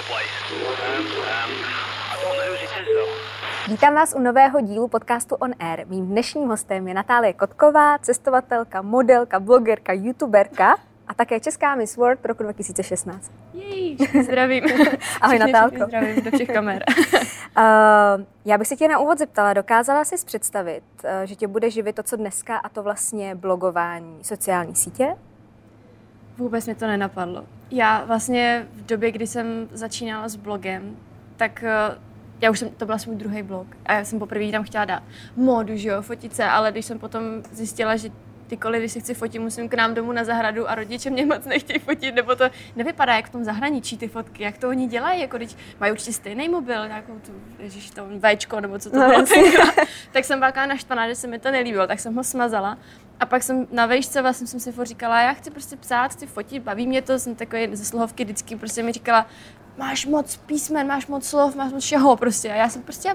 Vítám vás u nového dílu podcastu On Air. Mým dnešním hostem je Natálie Kotková, cestovatelka, modelka, blogerka, youtuberka a také česká Miss World roku 2016. Jej, zdravím. Ahoj Natálko. Zdravím do všech kamer. Já bych se tě na úvod zeptala, dokázala jsi představit, že tě bude živit to, co dneska, a to vlastně blogování, sociální sítě? Vůbec mě to nenapadlo. Já vlastně v době, kdy jsem začínala s blogem, tak to byl můj druhý blog a já jsem poprvé tam chtěla dát módu, že jo, fotit se, ale když jsem potom zjistila, že když si chci fotit, musím k nám domů na zahradu a rodiče mě moc nechtějí fotit, nebo to nevypadá jak v tom zahraničí ty fotky, jak to oni dělají, jako když mají určitě stejný mobil, nějakou tu, ježiš, to Včko, nebo co to bylo. Tak jsem byla naštvaná, že se mi to nelíbilo, tak jsem ho smazala. A pak jsem na vejšce vlastně jsem si říkala, já chci prostě psát, chci fotit, baví mě to, jsem takový ze slohovky vždycky prostě mi říkala, máš moc písmen, máš moc slov, máš moc všeho prostě. A já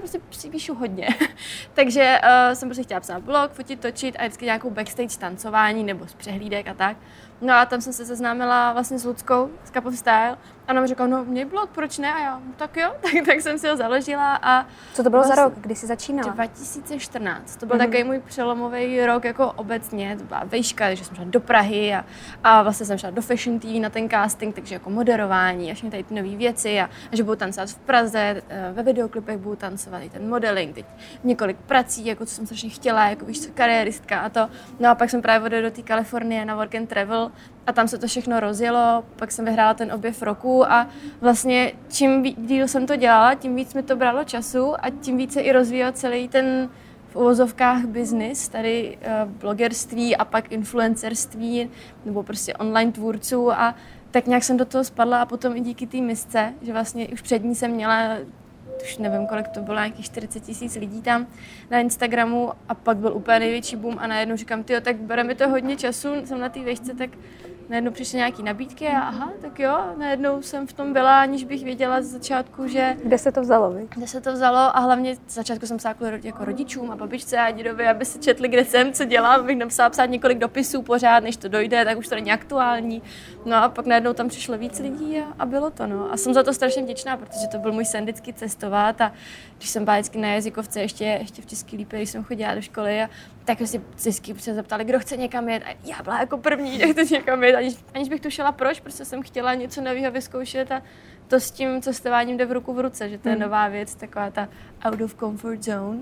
píšu hodně. Takže jsem prostě chtěla psát blog, fotit, točit a vždycky nějakou backstage tancování nebo z přehlídek a tak. No a tam jsem se seznámila vlastně s Luckou z Cup of Style a ona mi řekla, no měj blog, proč ne? A já, tak jo, tak jsem si ho založila a... Co to bylo za rok, kdy jsi začínala? 2014. To byl takový můj přelomový rok jako obecně, to byla vejška, takže jsem šla do Prahy a vlastně jsem šla do Fashion TV na ten casting, takže jako moderování a všechny tady ty nové věci a že budu tancovat v Praze, ve videoklipech budu tancovat i ten modeling, teď několik prací, jako co jsem strašně chtěla, jako víš co, kariéristka a to. No a pak jsem právě odjela do té Kalifornie na Work and Travel a tam se to všechno rozjelo, pak jsem vyhrála ten objev roku a vlastně čím díl jsem to dělala, tím víc mi to bralo času a tím víc se i rozvíjel celý ten v uvozovkách business, tady blogerství a pak influencerství nebo prostě online tvůrců a tak nějak jsem do toho spadla a potom i díky té misce, že vlastně už před ní jsem měla, už nevím, kolik to bylo, nějakých 40 000 lidí tam na Instagramu a pak byl úplně největší boom a najednou říkám, tyjo, tak bere mi to hodně času, jsem na té vejšce, tak najednou přišly nějaké nabídky a aha, tak jo, najednou jsem v tom byla, aniž bych věděla z začátku, že... Kde se to vzalo, vy? Kde se to vzalo a hlavně z začátku jsem psala jako rodičům a babičce a dědovi, aby se četli, kde jsem, co dělám, abych napsala psát několik dopisů pořád, než to dojde, tak už to není aktuální. No a pak najednou tam přišlo víc lidí a bylo to, no. A jsem za to strašně vděčná, protože to byl můj sen vždycky cestovat a když jsem byla vždycky na jazykovce, ještě v České Lípě, když jsem chodila do školy, tak si vždycky se zeptali, kdo chce někam jet. A já byla jako první, kdo chce někam jet, aniž bych tušila proč, protože jsem chtěla něco nového vyzkoušet a to s tím cestováním jde v ruku v ruce, že to je nová věc, taková ta out of comfort zone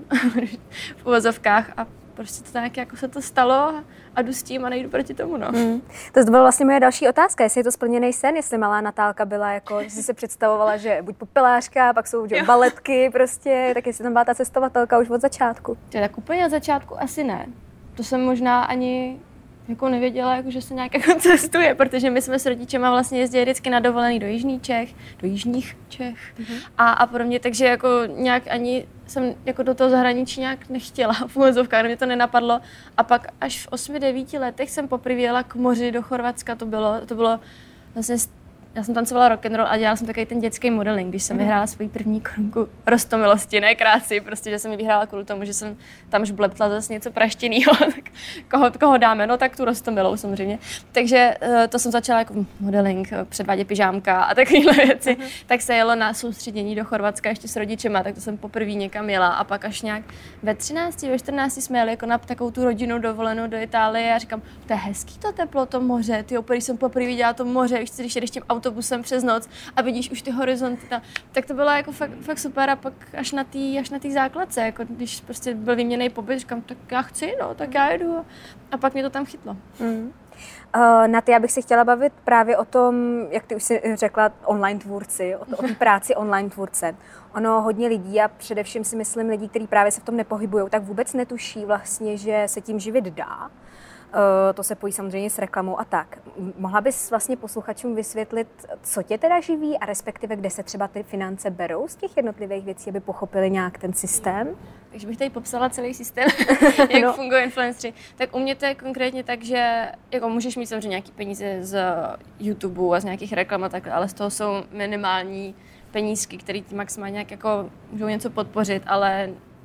v uvozovkách a prostě to tak jako se to stalo a jdu s tím a nejdu proti tomu, no. To byla vlastně moje další otázka, jestli je to splněný sen, jestli malá Natálka byla jako, že jsi se představovala, že buď popelářka, pak jsou baletky prostě, tak jestli tam byla ta cestovatelka už od začátku. Tak úplně od začátku asi ne. To jsem možná ani jako nevěděla, jako, že se nějak jako cestuje, protože my jsme s rodičema vlastně jezdili vždycky na dovolený do jižních Čech a podobně, takže jako nějak ani jsem jako do toho zahraničí nějak nechtěla v uvozovkách, mě to nenapadlo a pak až v 8-9 letech jsem poprvé jela k moři do Chorvatska, to bylo vlastně já jsem tancovala rock and roll a dělala jsem takový ten dětský modeling, když jsem vyhrála svou první korunku Rostomilosti, ne krásy, prostě, že jsem ji vyhrála kvůli tomu, že jsem tam už bleptla zase něco praštěnýho, tak koho dáme, no tak tu Rostomilou samozřejmě. Takže to jsem začala jako modeling, předvádět pyžámka a takovéhle věci, tak se jelo na soustředění do Chorvatska ještě s rodičema, tak to jsem poprvé někam jela a pak až nějak ve 14 jsme jeli jako na takovou tu rodinnou dovolenou do Itálie a říkám, to je hezký to teplo, to moře, ty když jsem poprvé viděla to moře, víš, když jedeš tím autobusem přes noc a vidíš už ty horizonty, tak to bylo jako fakt super a pak až na té základce, jako když prostě byl výměnný pobyt, říkám, tak já chci, no, tak já jedu a pak mě to tam chytlo. Naty, já bych se chtěla bavit právě o tom, jak ty už jsi řekla, online tvůrci, o té práci online tvůrce. Ono hodně lidí a především si myslím lidí, kteří právě se v tom nepohybují, tak vůbec netuší vlastně, že se tím živit dá. To se pojí samozřejmě s reklamou a tak. Mohla bys vlastně posluchačům vysvětlit, co tě teda živí a respektive kde se třeba ty finance berou z těch jednotlivých věcí, aby pochopili nějak ten systém? Takže bych tady popsala celý systém, jak fungují influenceři. Tak u mě to je konkrétně tak, že jako můžeš mít samozřejmě nějaký peníze z YouTube a z nějakých reklam a tak, ale z toho jsou minimální penízky, které ti maximálně nějak jako můžou něco podpořit, ale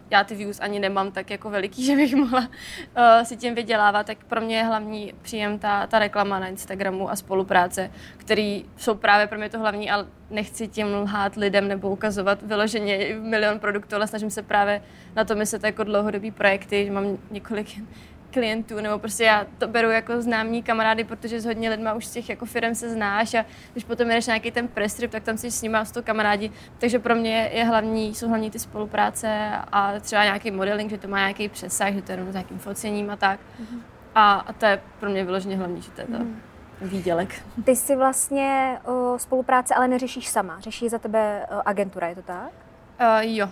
já ty views ani nemám tak jako veliký, že bych mohla si tím vydělávat, tak pro mě je hlavní příjem ta reklama na Instagramu a spolupráce, který jsou právě pro mě to hlavní, ale nechci tím lhát lidem nebo ukazovat vyloženě milion produktů, ale snažím se právě na to myslet jako dlouhodobý projekty, že mám několik klientů, nebo prostě já to beru jako známí kamarády, protože s hodně lidma už z těch jako firem se znáš a když potom jdeš nějaký ten press trip, tak tam jsi s nima, s tou kamarádi, takže pro mě jsou hlavní ty spolupráce a třeba nějaký modeling, že to má nějaký přesah, že to je jenom s nějakým focením a tak. A to je pro mě vyloženě hlavní, že to je to výdělek. Ty si vlastně spolupráce ale neřešíš sama, řeší za tebe agentura, je to tak? Jo.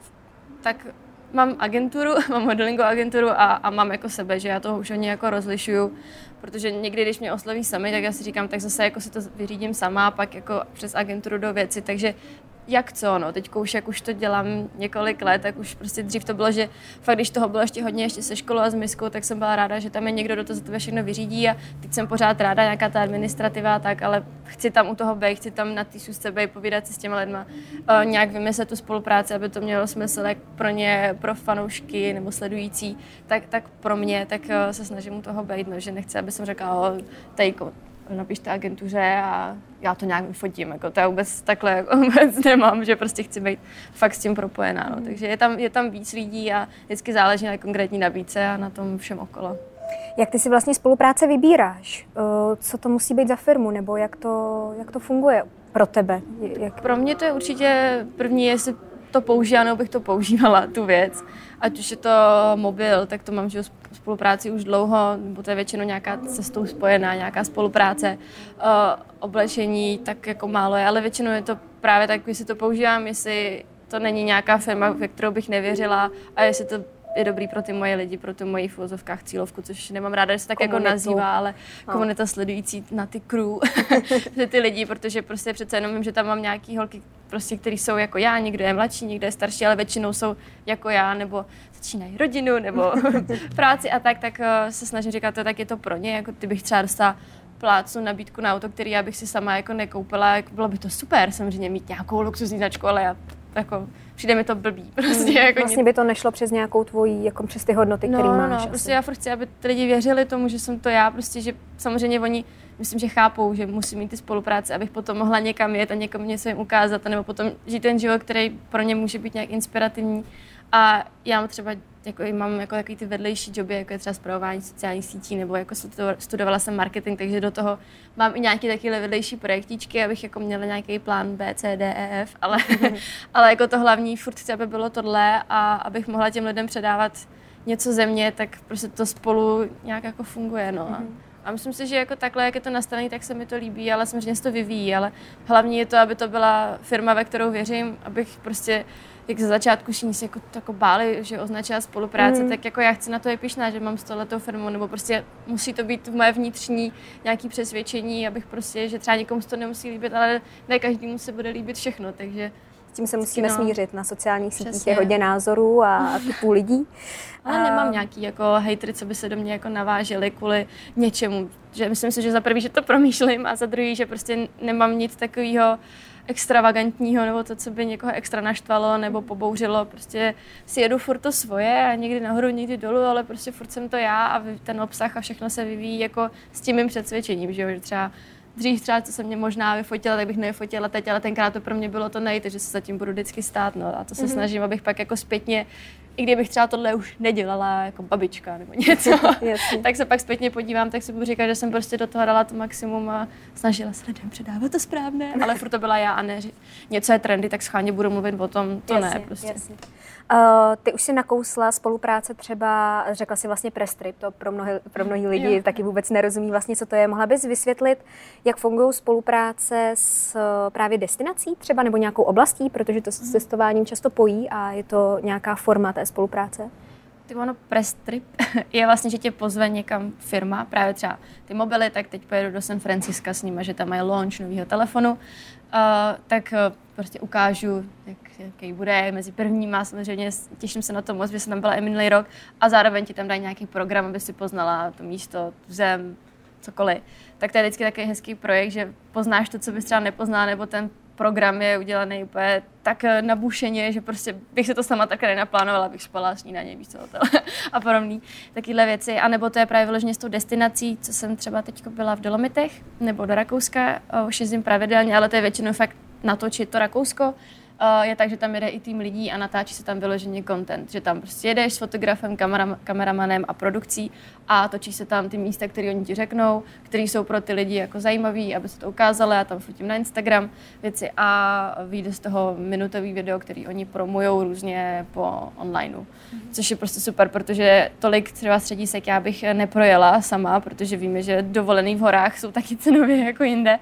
Tak mám agenturu, mám modelingovou agenturu a mám jako sebe, že já to už hodně jako rozlišuju, protože někdy, když mě osloví sami, tak já si říkám, tak zase jako si to vyřídím sama, pak jako přes agenturu do věci, takže jak co, no, teďko už jak už to dělám několik let, tak už prostě dřív to bylo, že fakt, když toho bylo ještě hodně ještě se školou a s miskou, tak jsem byla ráda, že tam je někdo, kdo to za tebe všechno vyřídí a teď jsem pořád ráda, nějaká ta administrativa tak, ale chci tam u toho být, chci tam na té schůzce být, povídat si s těma lidma, nějak vymyslet tu spolupráci, aby to mělo smysl jak pro ně, pro fanoušky nebo sledující, tak pro mě, tak se snažím u toho být, no, že nechci, aby jsem řekla, tady napište agentuře a já to nějak vyfotím, jako to já vůbec takhle jako vůbec nemám, že prostě chci být fakt s tím propojená, no. Takže je tam víc lidí a vždycky záleží na konkrétní nabídce a na tom všem okolo. Jak ty si vlastně spolupráce vybíráš? Co to musí být za firmu, nebo jak to funguje pro tebe? Pro mě to je určitě první, jestli to používám, nebo bych to používala, tu věc. Ať už je to mobil, tak to mám že spolupráci už dlouho, nebo to je většinou nějaká cestou spojená, nějaká spolupráce, oblečení, tak jako málo je, ale většinou je to právě tak, jestli to používám, jestli to není nějaká firma, ve kterou bych nevěřila a jestli to je dobrý pro ty moje lidi, pro tu moji v uvozovkách cílovku, což nemám ráda, že se tak jako nazývá, ale komunita sledující na ty crew, že ty lidi, protože prostě přece jenom vím, že tam mám nějaký holky, prostě, který jsou jako já, někdo je mladší, někdo je starší, ale většinou jsou jako já, nebo začínají rodinu, nebo práci a tak se snažím říkat, tak je to pro ně, jako ty bych třeba dostala plácnu nabídku na auto, který já bych si sama jako nekoupila, jako bylo by to super samozřejmě mít nějakou luxusní značku, ale já jako přijde mi to blbý. Prostě jako vlastně by to nešlo přes nějakou tvojí, jako přes ty hodnoty, které máš. No, prostě já furt chci, aby ty lidi věřili tomu, že jsem to já, prostě, že samozřejmě oni, myslím, že chápou, že musím mít ty spolupráce, abych potom mohla někam jet a někomu něco jim ukázat, nebo potom žít ten život, který pro ně může být nějak inspirativní. A já mám třeba mám jako takový ty vedlejší joby, jako je třeba spravování sociálních sítí, nebo jako studovala jsem marketing, takže do toho mám i nějaké takové vedlejší projektíčky, abych jako měla nějaký plán B, C, D, E, F, ale jako to hlavní furt chci, aby bylo tohle a abych mohla těm lidem předávat něco ze mě, tak prostě to spolu nějak jako funguje, no. A myslím si, že jako takhle, jak je to nastavené, tak se mi to líbí, ale samozřejmě se to vyvíjí, ale hlavní je to, aby to byla firma, ve kterou věřím, abych prostě jak ze začátku všichni se jako báli, že označila spolupráce, tak jako já chci na to je pyšná, že mám s touhletou firmou, nebo prostě musí to být moje vnitřní nějaké přesvědčení, abych prostě, že třeba někomu se to nemusí líbit, ale ne každému se bude líbit všechno, takže s tím se musíme smířit. Na sociálních sítích je hodně názorů a typů lidí. Ale nemám nějaký jako hejtry, co by se do mě jako naváželi kvůli něčemu. Že myslím si, že za prvý, že to promýšlím a za druhý, že prostě nemám nic takového extravagantního nebo to, co by někoho extra naštvalo nebo pobouřilo. Prostě si jedu furt to svoje a někdy nahoru, někdy dolů, ale prostě furt jsem to já a ten obsah a všechno se vyvíjí jako s tím mým přesvědčením, že třeba dřív třeba, co se mě možná vyfotila, tak bych nevyfotila teď, ale tenkrát to pro mě bylo to nejde, že se za tím budu vždycky stát, no a to se snažím, abych pak jako zpětně, i kdybych třeba tohle už nedělala jako babička nebo něco, tak se pak zpětně podívám, tak si budu říkat, že jsem prostě do toho dala to maximum a snažila se lidem předávat to správné, ale furt to byla já a ne, že něco je trendy, tak schválně budu mluvit o tom, to jasně, ne prostě. Jasně. Ty už si nakousla spolupráce třeba, řekla si vlastně press trip, to pro mnohý lidi taky vůbec nerozumí vlastně, co to je. Mohla bys vysvětlit, jak fungují spolupráce s právě destinací třeba nebo nějakou oblastí, protože to s cestováním často pojí a je to nějaká forma té spolupráce? Ono press trip je vlastně, že tě pozve někam firma, právě třeba ty mobily, tak teď pojedu do San Franciska s nimi, že tam mají launch nového telefonu, tak prostě ukážu, jaký bude mezi prvníma, samozřejmě těším se na to moc, že jsem tam byla i minulý rok a zároveň ti tam dají nějaký program, aby si poznala to místo, tu zem, cokoliv. Tak to je vždycky takový hezký projekt, že poznáš to, co bys třeba nepoznala, nebo ten program je udělaný úplně tak nabušeně, že prostě bych se to sama takhle nenaplánovala, bych spala snídaně, víš co, hotel a podobný, takovéhle věci. A nebo to je právě vyloženě s tou destinací, co jsem třeba teď byla v Dolomitech, nebo do Rakouska, už jezdím pravidelně, ale to je většinou fakt natočit to Rakousko. Je tak, že tam jede i tým lidí a natáčí se tam vyloženě content, že tam prostě jedeš s fotografem, kameramanem a produkcí a točí se tam ty místa, které oni ti řeknou, které jsou pro ty lidi jako zajímavý, aby se to ukázalo. Já tam fotím na Instagram věci a vyjde z toho minutový video, který oni promujou různě po onlineu. Což je prostě super, protože tolik třeba středisek já bych neprojela sama, protože víme, že dovolený v horách jsou taky cenově jako jinde.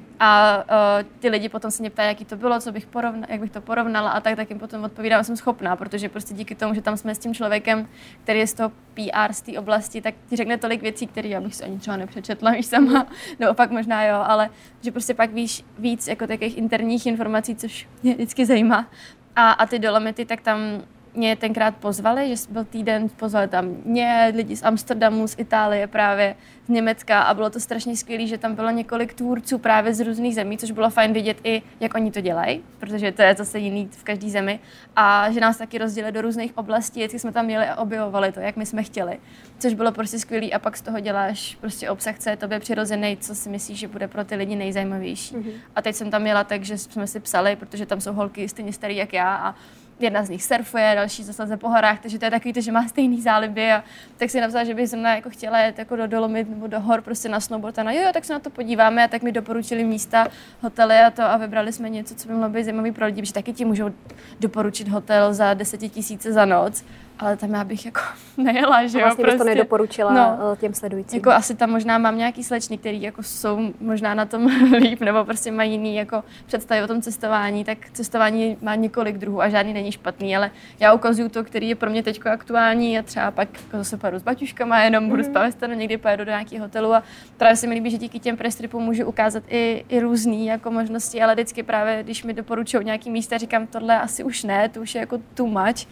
A ty lidi potom se mě ptají, jaký to bylo, jak bych to porovnala a tak jim potom odpovídám, že jsem schopná, protože prostě díky tomu, že tam jsme s tím člověkem, který je z toho PR, z té oblasti, tak ti řekne tolik věcí, které já bych si ani třeba nepřečetla, víš sama, nebo pak možná jo, ale že prostě pak víš víc jako takových interních informací, což mě vždycky zajímá. A ty Dolomity, tak tam mě tenkrát pozvali, že byl týden, pozvali tam mě, lidi z Amsterdamu, z Itálie právě, z Německa a bylo to strašně skvělé, že tam bylo několik tvůrců právě z různých zemí, což bylo fajn vidět i, jak oni to dělají, protože to je zase jiný v každé zemi a že nás taky rozdělili do různých oblastí, vždycky jsme tam jeli a objevovali to, jak my jsme chtěli, což bylo prostě skvělé a pak z toho děláš prostě obsah, co je tobě přirozený, co si myslíš, že bude pro ty lidi nejzajímavější. A teď jsem tam jela tak, že jsme si psali, protože tam jsou holky stejně starý jak já a jedna z nich surfuje, další zase po horách, takže to je takový, že má stejný záliby a tak si napsala, že bych zrovna jako chtěla jet jako do Dolomit nebo do hor prostě na snowboard a jo, tak se na to podíváme a tak mi doporučili místa, hotely a to a vybrali jsme něco, co by mohlo být zajímavý pro lidi, protože taky ti můžou doporučit hotel za 10 000 za noc, ale tam já bych jako nejela, že jo, vlastně prostě. Bys to nedoporučila těm sledujícím. Jako asi tam možná mám nějaký slečny, který jako jsou možná na tom líp, nebo prostě mají jiný jako představy o tom cestování, tak cestování má několik druhů a žádný není špatný, ale já ukazuju to, který je pro mě teďko aktuální a třeba pak jako zase pojedu s baťuškama, jenom budu spát ve stanu, někdy pojedu do nějakého hotelu a právě se mi líbí, že díky těm prestripům můžu ukázat i různý jako možnosti, ale vždycky právě, když mi doporučují nějaký místa, říkám, tohle asi už ne, to už je jako too much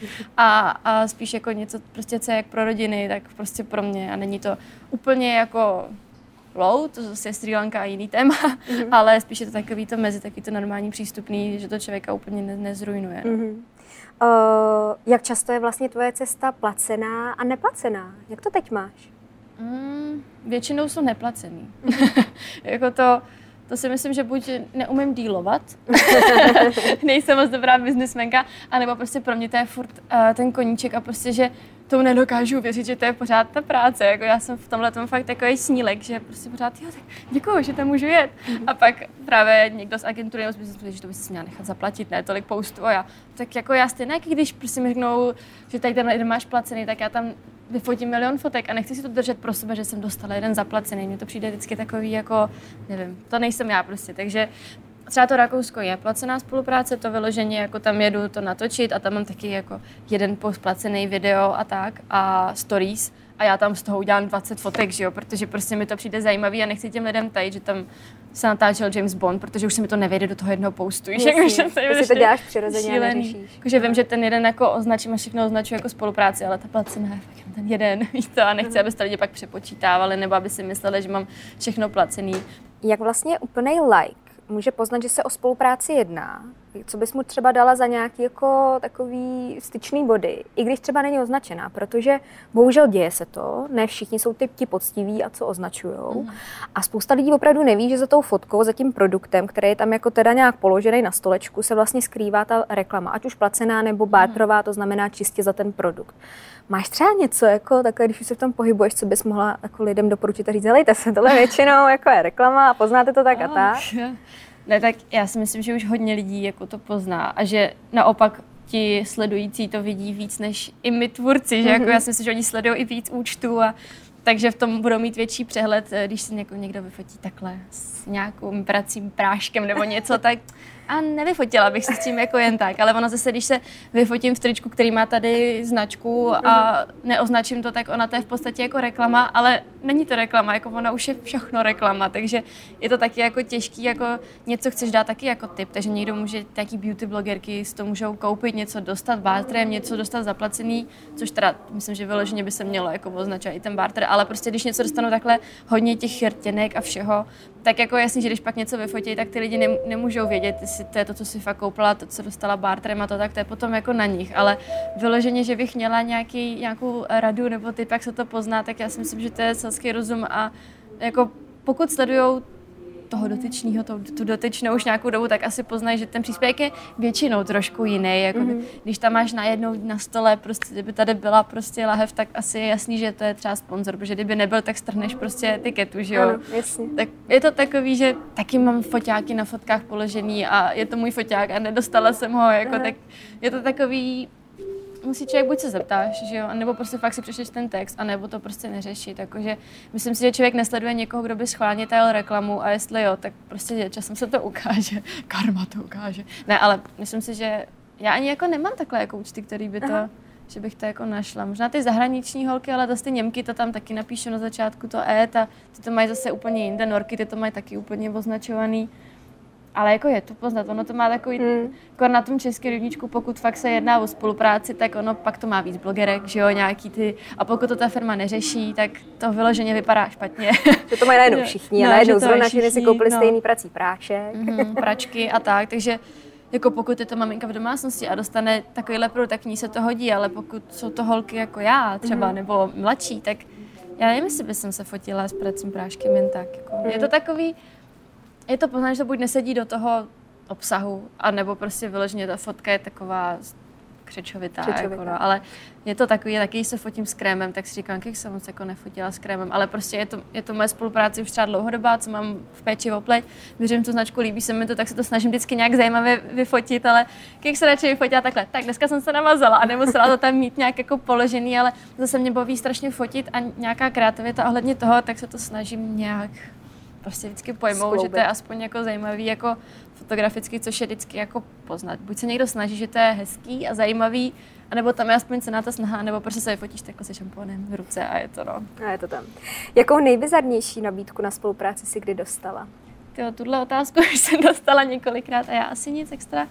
a spíš jako něco prostě, co je jak pro rodiny, tak prostě pro mě a není to úplně jako low, to zase je Srí Lanka a jiný téma, ale spíš je to takový to mezi, takový to normální přístupný, že to člověka úplně nezrujnuje. Jak často je vlastně tvoje cesta placená a neplacená? Jak to teď máš? Většinou jsou neplacený. Jako to si myslím, že buď neumím dílovat, nejsem moc dobrá biznismenka, anebo prostě pro mě to je furt ten koníček a prostě, že tomu nedokážu věřit, že to je pořád ta práce. Jako já jsem v tomhle tom fakt takový snílek, že prostě pořád, jo, tak děkuju, že tam můžu jet. A pak právě někdo z agentury že to by si měla nechat zaplatit, ne tolik postu a já. Tak jako já stejně, když prostě mi řeknou, že tady tenhle jeden máš placený, tak já tam vyfotím milion fotek a nechci si to držet pro sebe, že jsem dostala jeden zaplacený. Mně to přijde vždycky takový jako, nevím, to nejsem já prostě, takže třeba to Rakousko je placená spolupráce, to vyloženě jako tam jedu to natočit a tam mám taky jako jeden placený video a tak a stories a já tam z toho udělám 20 fotek, že jo, protože prostě mi to přijde zajímavý a nechci těm lidem tajit, že tam se natáčel James Bond, protože už se mi to nevejde do toho jednoho postu. Ty si to děláš přirozeně a neřešíš. Takže vím, že ten jeden jako označím a všechno označuji jako spolupráci, ale ta placená je fakt ten jeden, víš to, a nechci, aby se lidi pak přepočítávali nebo aby si mysleli, že mám všechno placený. Jak vlastně úplnej like může poznat, že se o spolupráci jedná? Co bys mu třeba dala za nějaký jako takový styčný body, i když třeba není označená, protože bohužel děje se to, ne všichni jsou ti poctiví a co označujou. A spousta lidí opravdu neví, že za tou fotkou, za tím produktem, který je tam jako teda nějak položený na stolečku, se vlastně skrývá ta reklama, ať už placená nebo barterová, to znamená čistě za ten produkt. Máš třeba něco, jako takhle, když už se v tom pohybuješ, co bys mohla jako lidem doporučit a říct, helejte se, tohle většinou jako je reklama a poznáte to tak a tak? Ne, tak já si myslím, že už hodně lidí jako to pozná a že naopak ti sledující to vidí víc než i my tvůrci, že jako já si myslím, že oni sledují i víc účtů a takže v tom budou mít větší přehled, když si někdo vyfotí takhle s nějakým pracím práškem nebo něco, tak a nevyfotila bych se s tím jako jen tak, ale ono zase, když se vyfotím v tričku, který má tady značku a neoznačím to, tak ona to je v podstatě jako reklama, ale není to reklama, jako ona už je všechno reklama, takže je to taky jako těžký, jako něco chceš dát taky jako tip, takže někdo může, taky beauty blogerky si to můžou koupit, něco dostat barterem, něco dostat zaplacený, což teda myslím, že vyloženě by se mělo jako označovat i ten barter, ale prostě když něco dostanou takhle hodně těch rtěnek a všeho, tak jako jasně, že když pak něco vyfotí, tak ty lidi nemůžou vědět, jestli to je to, co si fakt koupila, to, co dostala barterem a to, tak to je potom jako na nich, ale vyloženě, že bych měla nějakou radu nebo typ, jak se to pozná, tak já si myslím, že to je selský rozum a jako pokud sledujou toho dotyčného, tu dotyčnou už nějakou dobu, tak asi poznají, že ten příspěvek je většinou trošku jiný. Jako když tam máš najednou na stole, prostě, kdyby tady byla prostě lahev, tak asi je jasný, že to je třeba sponzor, protože kdyby nebyl, tak strhneš prostě etiketu, že jo? Ano, jasně. Tak je to takový, že taky mám foťáky na fotkách položený a je to můj foťák a nedostala jsem ho, jako, tak je to takový, musí člověk buď se zeptáš, že jo, nebo prostě fakt si přečteš ten text, anebo to prostě neřešit. Takže myslím si, že člověk nesleduje někoho, kdo by schválně tajil reklamu a jestli jo, tak prostě časem se to ukáže. Karma to ukáže. Ne, ale myslím si, že já ani jako nemám takhle jako účty, který by to, že bych to jako našla. Možná ty zahraniční holky, ale zase ty Němky to tam taky napíšu na začátku to a ty to mají zase úplně jinde, Norky ty to mají taky úplně označovaný. Ale jako je to poznat, ono to má takový, jako na tom českém rybníčku, pokud fakt se jedná o spolupráci, tak ono pak to má víc blogerek, že jo, nějaký ty, a pokud to ta firma neřeší, tak to vyloženě vypadá špatně. Že to mají najednou všichni a najednou zrovna všichni si koupili stejný prací prášek. Pračky a tak, takže jako pokud je to maminka v domácnosti a dostane takovýhle produkt, tak v ní se to hodí, ale pokud jsou to holky jako já třeba, nebo mladší, tak já nevím, jestli bych se fotila s pracím práškem jen tak, jako. Je to takový, je to poznat, že to buď nesedí do toho obsahu, anebo prostě vyloženě ta fotka je taková křečovitá. Jako no, ale je to takový, taky se fotím s krémem, tak si říkám, jak jsem moc jako nefotila s krémem, ale prostě je to moje spolupráce už třeba dlouhodobá, co mám v péči o pleť, věřím tu značku, líbí se mi to, tak se to snažím vždycky nějak zajímavě vyfotit, ale jak se radši vyfotila takhle, tak dneska jsem se namazala a nemusela to tam mít nějak jako položený, ale zase mě baví strašně fotit a nějaká kreativita ohledně toho, tak se to snažím nějak prostě vždycky pojmou, že to je aspoň jako zajímavý jako fotograficky, což je vždycky jako poznat. Buď se někdo snaží, že to je hezký a zajímavý, anebo tam je aspoň cená ta snaha, nebo prostě se vyfotíš takhle se šampónem v ruce a je to no. A je to tam. Jakou nejbizarnější nabídku na spolupráci si kdy dostala? Tuhle otázku už jsem dostala několikrát a já asi nic extra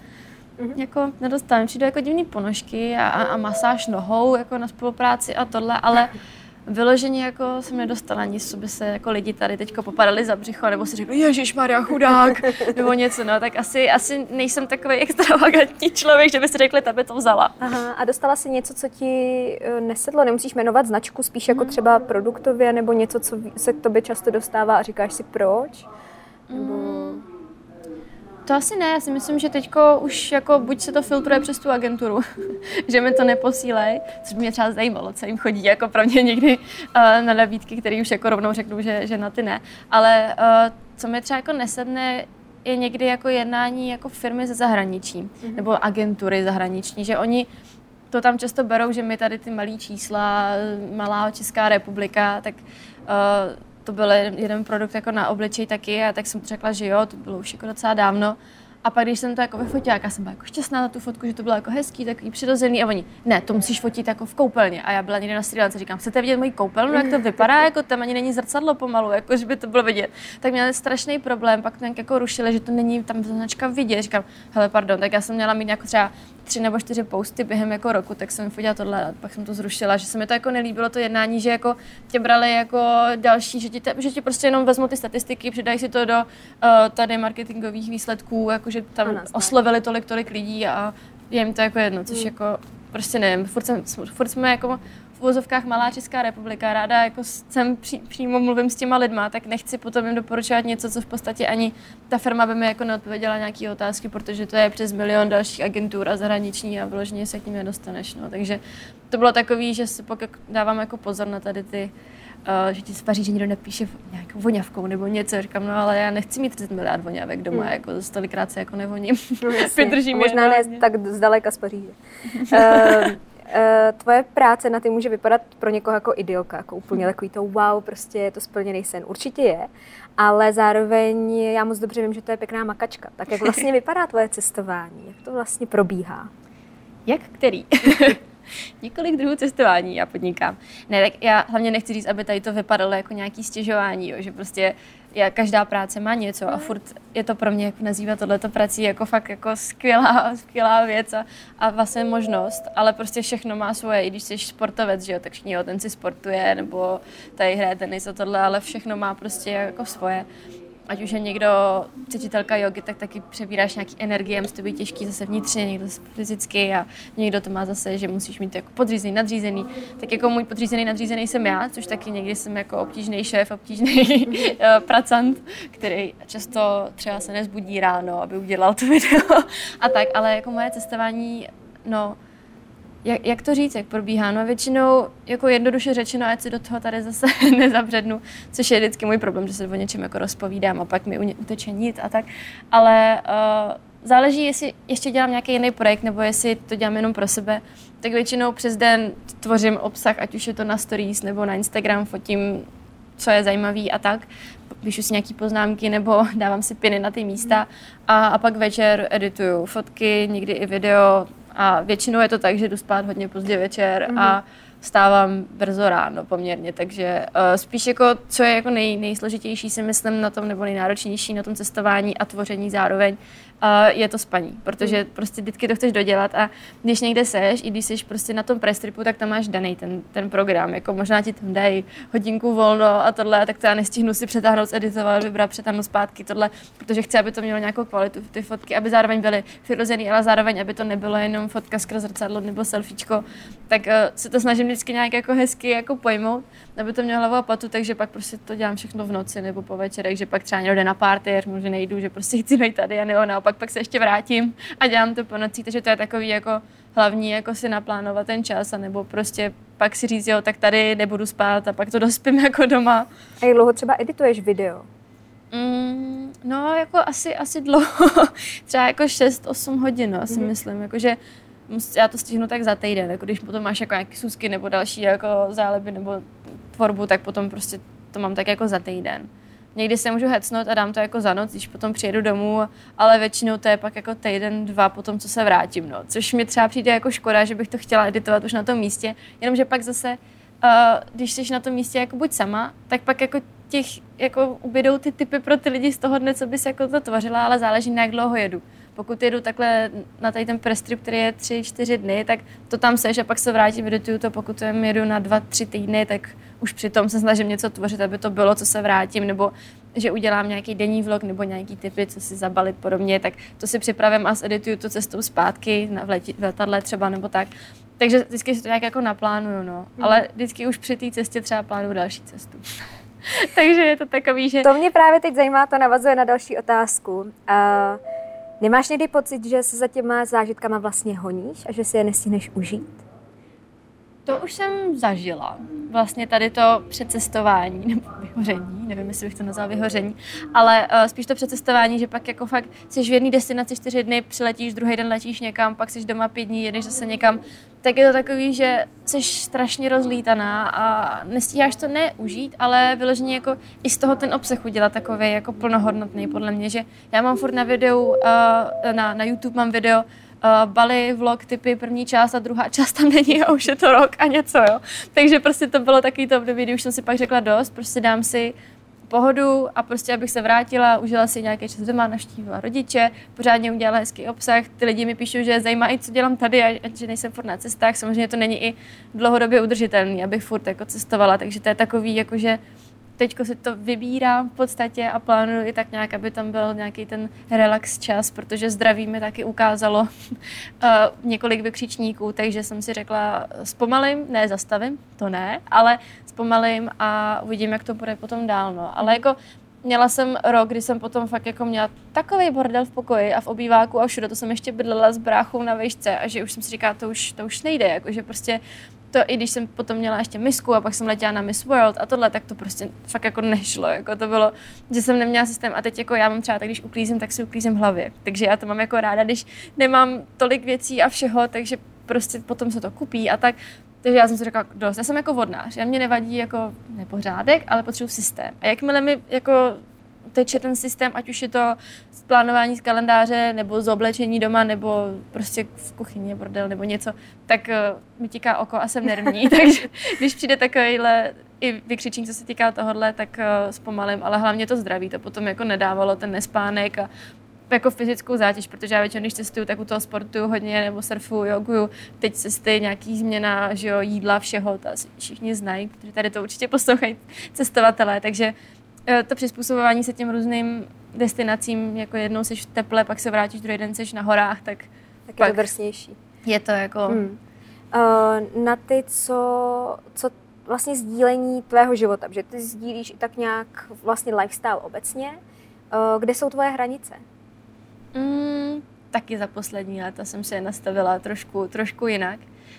jako nedostávám. Přijdu jako divný ponožky a masáž nohou jako na spolupráci a tohle, ale vyloženě jako jsem nedostala nic, co by se jako lidi tady teďko popadali za břicho, nebo si řekli, ježišmarja, chudák, nebo něco, no, tak asi nejsem takový extravagantní člověk, že by si řekli, tebe to vzala. Aha, a dostala jsi něco, co ti nesedlo, nemusíš jmenovat značku, spíš jako třeba produktově, nebo něco, co se k tobě často dostává a říkáš si proč? Nebo... To asi ne, já si myslím, že teďko už jako buď se to filtruje přes tu agenturu, že mi to neposílej, což by mě třeba zajímalo, co jim chodí jako pro mě někdy na nabídky, které už jako rovnou řeknou, že na ty ne. Ale co mi třeba jako nesedne, je někdy jako jednání jako firmy ze zahraničí, nebo agentury zahraniční, že oni to tam často berou, že my tady ty malý čísla, malá Česká republika, tak to byl jeden produkt jako na obličej taky a tak jsem řekla, že jo, to bylo už jako docela dávno. A pak, když jsem to jako vyfotila, já jsem byla jako šťastná na tu fotku, že to bylo jako hezký, takový přirozený a oni, ne, to musíš fotit jako v koupelně. A já byla někde na Srí Lance, říkám, chcete vidět moji koupelnu, jak to vypadá, jako tam ani není zrcadlo pomalu, jako že by to bylo vidět. Tak měli strašný problém, pak to nějak jako rušili, že to není tam značka vidět. Říkám, hele, pardon, tak já jsem měla mít jako třeba 3 nebo 4 posty během jako roku, tak jsem fotila tohle a pak jsem to zrušila, že se mi to jako nelíbilo to jednání, že jako tě brali jako další, že ti prostě jenom vezmou ty statistiky, přidají si to do tady marketingových výsledků, jako že tam oslovili tolik lidí a je jim to jako jedno, což jako prostě nevím, furt jsme jako v uvozovkách malá Česká republika, ráda jako jsem přímo mluvím s těma lidma, tak nechci potom jim doporučovat něco, co v podstatě ani ta firma by mi jako neodpověděla nějaké otázky, protože to je přes 1 milion dalších agentur a zahraniční a vyloženě se k ním nedostaneš, no. Takže to bylo takový, že si pokud dávám jako pozor na tady ty že ti spaří, že někdo nepíše nějakou voňavkou nebo něco, říkám, no ale já nechci mít 30 miliard voňavek doma, jako tolikrát se jako nevoním. No, možná ne tak zdaleka z Paříže. Tvoje práce na ty může vypadat pro někoho jako idylka, jako úplně takový to wow, prostě je to splněný sen. Určitě je, ale zároveň já moc dobře vím, že to je pěkná makačka. Tak jak vlastně vypadá tvoje cestování? Jak to vlastně probíhá? Jak který? Několik druhů cestování já podnikám. Ne, tak já hlavně nechci říct, aby tady to vypadalo jako nějaký stěžování, jo, že prostě každá práce má něco a furt je to pro mě jako nazývat tohleto prací jako fakt jako skvělá věc a vlastně možnost, ale prostě všechno má svoje, i když jsi sportovec, že jo, tak všichni, jo, ten si sportuje nebo tady hraje tenis a tohle, ale všechno má prostě jako svoje. ať už je někdo cítitelka jogy, tak taky přebíráš nějaký energie, musí to být těžký zase vnitřně, někdo fyzicky a někdo to má zase, že musíš mít jako podřízený, nadřízený. Tak jako můj podřízený, nadřízený jsem já, což taky někdy jsem jako obtížný šéf, obtížný pracant, který často třeba se nezbudí ráno, aby udělal to video a tak, ale jako moje cestování, no, jak to říct, jak probíhá? No většinou jako jednoduše řečeno, ať si do toho tady zase nezabřednu, což je vždycky můj problém, že se o něčem jako rozpovídám a pak mi uteče nic a tak. Ale záleží, jestli ještě dělám nějaký jiný projekt, nebo jestli to dělám jenom pro sebe, tak většinou přes den tvořím obsah, ať už je to na stories nebo na Instagram, fotím, co je zajímavý a tak. Píšu si nějaký poznámky nebo dávám si piny na ty místa a pak večer edituju fotky, někdy i video. A většinou je to tak, že jdu spát hodně pozdě večer a vstávám brzo ráno poměrně, takže spíš jako, co je jako nejsložitější si myslím na tom, nebo nejnáročnější na tom cestování a tvoření zároveň, je to spaní, protože prostě vždycky to chceš dodělat a když někde seš, i když jsi prostě na tom press tripu, tak tam máš daný ten program, jako možná ti tam dají hodinku volno a tohle, tak to já nestihnu si přetáhnout, editovat, vybrat, přetáhnout zpátky tohle, protože chci, aby to mělo nějakou kvalitu, ty fotky, aby zároveň byly přirozený, ale zároveň, aby to nebylo jenom fotka skrz zrcadlo nebo selfiečko, tak se to snažím vždycky nějak jako hezky jako pojmout, aby to mělo hlavu a patu, takže pak prostě to dělám všechno v noci nebo po večerech, že pak třeba někdo jde na party, možná nejdu, že prostě chci být tady a nebo naopak pak se ještě vrátím a dělám to po nocích, takže to je takový jako hlavní jako si naplánovat ten čas a nebo prostě pak si říct, jo, tak tady nebudu spát a pak to dospím jako doma. A jak dlouho třeba edituješ video? No jako asi dlouho, třeba jako 6-8 hodin, asi myslím, jakože já to stihnu tak za týden, jako když potom máš jako nějaký schůzky nebo další jako záleby nebo tvorbu, tak potom prostě to mám tak jako za týden. Někdy se můžu hecnout a dám to jako za noc, když potom přijedu domů, ale většinou to je pak jako týden, 2 potom, co se vrátím, no. Což mi třeba přijde jako škoda, že bych to chtěla editovat už na tom místě, jenomže pak zase, když jsi na tom místě jako buď sama, tak pak jako jako ubydou ty tipy pro ty lidi z toho dne, co bys jako to tvořila, ale záleží na jak dlouho jedu. Pokud jedu takhle na tady ten press trip, který je 3-4 dny, tak to tam seš a pak se vrátím, edituju to, pokud jedu na 2-3 týdny, tak už přitom se snažím něco tvořit, aby to bylo, co se vrátím, nebo že udělám nějaký denní vlog nebo nějaký tipy, co si zabalit podobně, tak to si připravím a edituju to cestou zpátky, v letadle třeba nebo tak. Takže vždycky si to nějak jako naplánuju, no. Ale vždycky už při té cestě třeba plánuju další cestu. Takže je to takový, že... To mě právě teď zajímá, to navazuje na další otázku. Nemáš někdy pocit, že se za těma zážitkama vlastně honíš a že si je nestihneš užít? To už jsem zažila. Vlastně tady to přecestování, nebo vyhoření, nevím, jestli bych to nazvala vyhoření, ale spíš to přecestování, že pak jako fakt jsi v jedné destinaci 4 dny, přiletíš, druhý den letíš někam, pak jsi doma 5 dní, jedeš zase někam, tak je to takový, že jsi strašně rozlítaná a nestíháš to neužít, ale vyloženě jako i z toho ten obsah udělat takový jako plnohodnotný podle mě, že já mám furt na videu, na YouTube mám video, Bali, vlog, typy, první část a druhá část tam není a už je to rok a něco, jo. Takže prostě to bylo takový to období, kdy už jsem si pak řekla dost, prostě dám si pohodu a prostě abych se vrátila, užila si nějaký čas doma, navštívila rodiče, pořádně udělala hezký obsah, ty lidi mi píšou, že zajímá i co dělám tady a že nejsem furt na cestách, samozřejmě to není i dlouhodobě udržitelný, abych furt jako cestovala, takže to je takový jakože teďko si to vybírám v podstatě a plánuju i tak nějak, aby tam byl nějaký ten relax čas, protože zdraví mi taky ukázalo několik vykřičníků, takže jsem si řekla zpomalím, ne zastavím, to ne, ale zpomalím a uvidím, jak to bude potom dál, no. Ale jako měla jsem rok, kdy jsem potom fakt jako měla takový bordel v pokoji a v obýváku a všude, to jsem ještě bydlela s bráchou na vejšce a že už jsem si říkala, to už nejde, jako že prostě to, i když jsem potom měla ještě misku a pak jsem letěla na Miss World a tohle, tak to prostě fakt jako nešlo, jako to bylo, že jsem neměla systém a teď jako já mám třeba tak, když uklízím, tak si uklízím v hlavě, takže já to mám jako ráda, když nemám tolik věcí a všeho, takže prostě potom se to kupí a tak, takže já jsem si řekla, dost, já jsem jako vodnář, já mě nevadí jako nepořádek, ale potřebuji systém a jakmile mi jako teče ten systém, ať už je to plánování z kalendáře, nebo z oblečení doma, nebo prostě v kuchyni bordel, nebo něco, tak mi tiká oko a jsem nervní, takže když přijde takovýhle i vykřičník, co se týká tohohle, tak zpomalím, ale hlavně to zdraví, to potom jako nedávalo ten nespánek a jako fyzickou zátěž, protože já většinou, když cestuju, tak u toho sportu hodně, nebo surfuju, joguju, teď cesty, nějaký změna, že jo, jídla, všeho, to asi všichni znají, protože tady to určitě poslouchají cestovatelé, takže to přizpůsobování se těm různým destinacím, jako jednou seš v teple, pak se vrátíš, druhý den seš na horách, tak je to drsnější. Je to jako... Na ty, co vlastně sdílení tvého života, že ty sdílíš i tak nějak vlastně lifestyle obecně, kde jsou tvoje hranice? Taky za poslední léta jsem se je nastavila trošku jinak.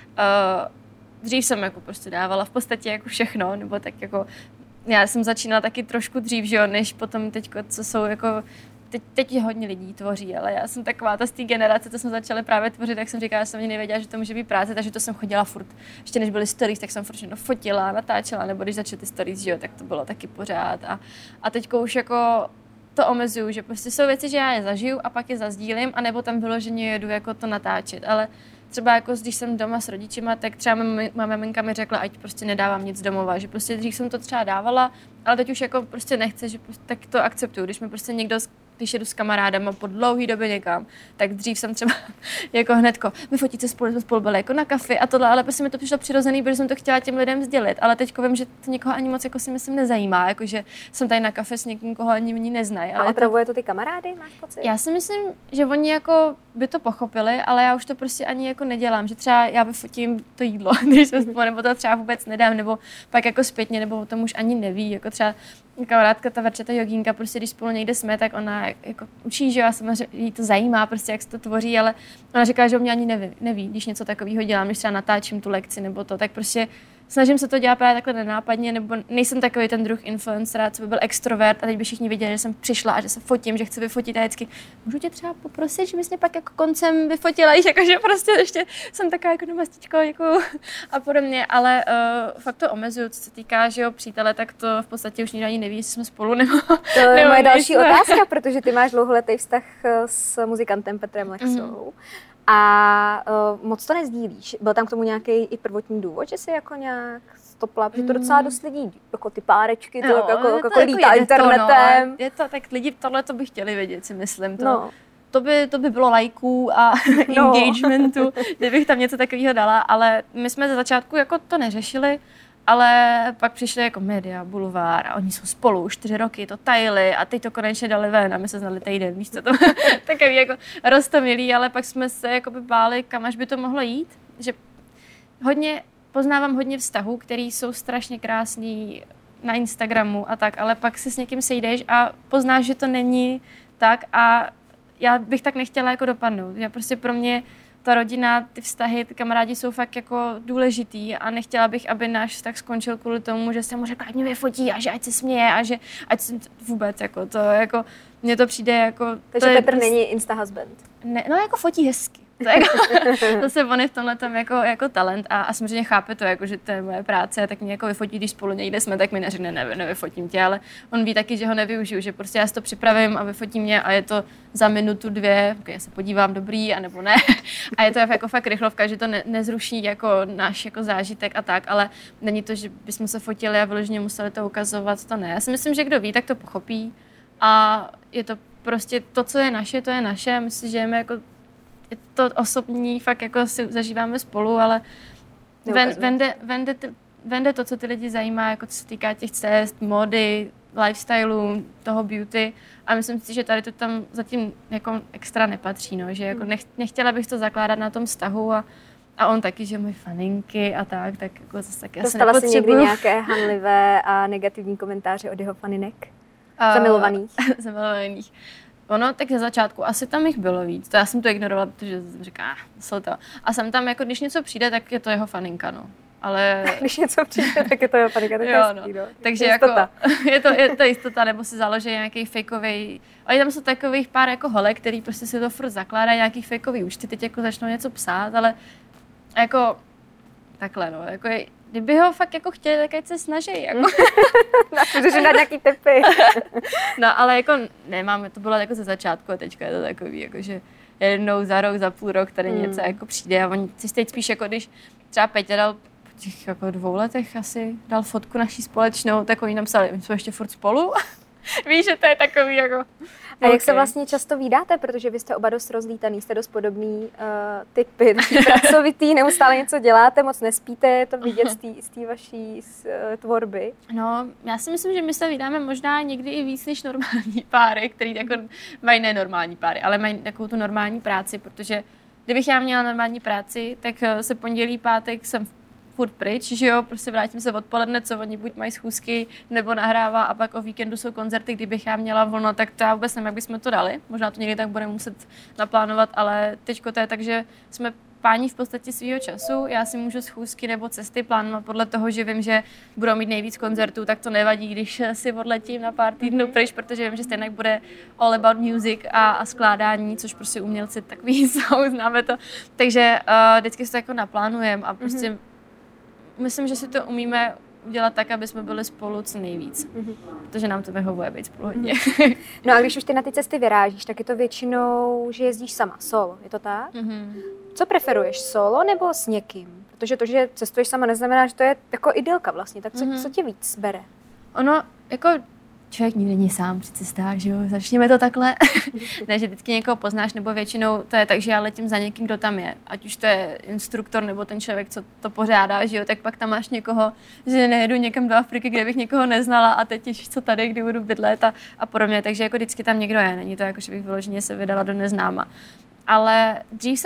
Dřív jsem jako prostě dávala v podstatě jako všechno, nebo tak jako já jsem začínala taky trošku dřív, že jo, než potom teďko, co jsou jako teď hodně lidí tvoří, ale já jsem taková ta z té generace, co jsme začali právě tvořit, tak jsem říkala, že jsem ani nevěděla, že to může být práce, takže to jsem chodila furt. Ještě než byly stories, tak jsem furt všechno fotila, natáčela, nebo když začaly ty stories, že jo, tak to bylo taky pořád. A teďko už jako to omezuju, že prostě jsou věci, že já je zažiju a pak je zazdílím, anebo tam bylo, že jedu jako to natáčet, ale třeba jako když jsem doma s rodičima, tak třeba má maminka mi řekla, ať prostě nedávám nic domova, že prostě dřív jsem to třeba dávala, ale teď už jako prostě nechce, že prostě, tak to akceptuju, když mi prostě někdo když jedu s kamarádama po dlouhý době někam, tak dřív jsem třeba jako hnedko, my fotíte spolu byli jako na kafi a tohle, ale prostě mi to přišlo přirozený, protože jsem to chtěla těm lidem sdělit, ale teď vím, že to někoho ani moc jako si myslím nezajímá, jakože jsem tady na kafe s někým, koho ani mě neznají. A otravuje to ty kamarády, máš pocit? Já si myslím, že oni jako by to pochopili, ale já už to prostě ani jako nedělám, že třeba já vyfotím to jídlo, když jsem spolu, nebo to třeba vůbec nedám, nebo pak jako zpětně, nebo o tom už ani neví, jako třeba kamarádka, ta Verča, ta jogínka, prostě když spolu někde jsme, tak ona jako učí, že já samozřejmě jí to zajímá, prostě jak se to tvoří, ale ona říká, že o mě ani neví, když něco takového dělám, když třeba natáčím tu lekci nebo to, tak prostě snažím se to dělat právě takhle nenápadně, nebo nejsem takový ten druh influencera, co by byl extrovert a teď by všichni viděli, že jsem přišla a že se fotím, že chci vyfotit a vždycky můžu tě třeba poprosit, že bys mě pak jako koncem vyfotila, jakože prostě ještě jsem taková jako domastičko, děkuju a podobně, ale fakt to omezuju, co se týká, že jo, přítele, tak to v podstatě už nikdo ani neví, jestli jsme spolu nebo to je moje další otázka, protože ty máš dlouholetý vztah s muzikantem Petrem Lexou. A moc to nezdílíš. Byl tam k tomu nějaký i prvotní důvod, že jsi jako nějak stopla, protože to docela dost lidí, jako ty párečky, to jako lítá internetem. No, je to, tak lidi tohle to by chtěli vědět, si myslím. To by bylo lajků a engagementu, kdybych tam něco takového dala, ale my jsme ze začátku jako to neřešili, ale pak přišli jako média, bulvár a oni jsou spolu 4 roky, to tajili a teď to konečně dali ven a my se znali týden, víš co to, takový jako roztomilý, ale pak jsme se jakoby báli, kam až by to mohlo jít, že poznávám hodně vztahů, který jsou strašně krásný na Instagramu a tak, ale pak se s někým sejdeš a poznáš, že to není tak a já bych tak nechtěla jako dopadnout, já prostě pro mě ta rodina, ty vztahy, ty kamarádi jsou fakt jako důležitý a nechtěla bych, aby náš vztah skončil kvůli tomu, že jsem mu řekla, ať mě vyfotí a že ať se směje a že ať jsem vůbec jako to jako, mně to přijde jako... Takže to Petr není Insta husband? Ne, no jako fotí hezky. Zase on je v tomhle tam jako talent a samozřejmě chápe to, jako, že to je moje práce, tak mě jako vyfotí, když spolu někde jsme, tak mi neřekne, nevyfotím tě, ale on ví taky, že ho nevyužiju, že prostě já si to připravím a vyfotí mě a je to za minutu, 2, já se podívám dobrý, anebo ne. A je to jako fakt rychlovka, že to nezruší jako náš jako zážitek a tak, ale není to, že bychom se fotili a vyloženě museli to ukazovat, to ne. Já si myslím, že kdo ví, tak to pochopí a je to prostě to, co je naše, to je naše. My si žijeme jako je to osobní, fakt jako si zažíváme spolu, ale vende to, co ty lidi zajímá, jako co se týká těch cest, módy, lifestyleu, toho beauty a myslím si, že tady to tam zatím jako extra nepatří, no, že jako nechtěla bych to zakládat na tom vztahu a on taky, že moje faninky a tak jako zase taky asi nepotřebuju. Dostala jsi někdy nějaké hanlivé a negativní komentáře od jeho faninek? Zamilovaných. Ono, tak ze začátku asi tam jich bylo víc. To já jsem to ignorovala, protože jsem říkala, jsou to. A jsem tam, jako když něco přijde, tak je to jeho faninka, no. Ale... Když něco přijde, tak je to jeho faninka, to je hezký, no. Takže jako, je to jistota, nebo si založí nějaký fejkový. A tam jsou takových pár jako holek, který prostě si to furt zakládají, nějaký fejkový účty, teď jako začnou něco psát, ale jako takhle, no, jako kdyby ho fakt jako chtěli, tak ať se snaží, jako. Protože na nějaký typy. No, ale jako nemáme, to bylo jako ze začátku a teďka je to takový, jako že jednou za rok, za půl rok tady něco jako přijde a oni si teď spíš jako když třeba Petě dal po těch jako 2 letech asi dal fotku naší společnou, tak oni nám psali, my jsme ještě furt spolu. Víš, že to je takový jako... A jak se vlastně často vídáte, protože vy jste oba dost rozlítaný, jste dost podobný typy, pracovitý, neustále něco děláte, moc nespíte, je to vidět z té vaší tvorby. No, já si myslím, že my se vídáme možná někdy i víc než normální páry, který jako mají nenormální páry, ale mají takovou tu normální práci, protože kdybych já měla normální práci, tak se pondělí, pátek jsem furt pryč, že jo, prostě vrátím se odpoledne, co oni buď mají schůzky, nebo nahrává a pak o víkendu jsou koncerty, kdybych já měla volno, tak to já vůbec nevím, jak bychom to dali. Možná to někdy tak budeme muset naplánovat, ale teďko to je tak, že jsme páni v podstatě svýho času. Já si můžu schůzky nebo cesty plánovat podle toho, že vím, že budou mít nejvíc koncertů, tak to nevadí, když si odletím na pár týdnů pryč, protože vím, že stejně bude all about music a skládání, což prostě umělci takový jsou, známe to. Takže vždycky se to jako naplánujeme a prostě myslím, že si to umíme udělat tak, aby jsme byli spolu co nejvíc. Protože nám to vyhovuje být spolu hodně. No a když už ty na ty cesty vyrážíš, tak je to většinou, že jezdíš sama, solo, je to tak? Co preferuješ, solo nebo s někým? Protože to, že cestuješ sama, neznamená, že to je jako idylka vlastně. Tak co tě víc bere? Ono, jako člověk nikdy není sám při cestách, že jo, začněme to takhle. Ne, že vždycky někoho poznáš, nebo většinou to je tak, že já letím za někým, kdo tam je. Ať už to je instruktor, nebo ten člověk, co to pořádá, že jo, tak pak tam máš někoho, že nejedu někam do Afriky, kde bych někoho neznala a teď ježiš, co tady, kdy budu bydlet a podobně. Takže jako vždycky tam někdo je, není to jako, že bych vyloženě se vydala do neznáma. Ale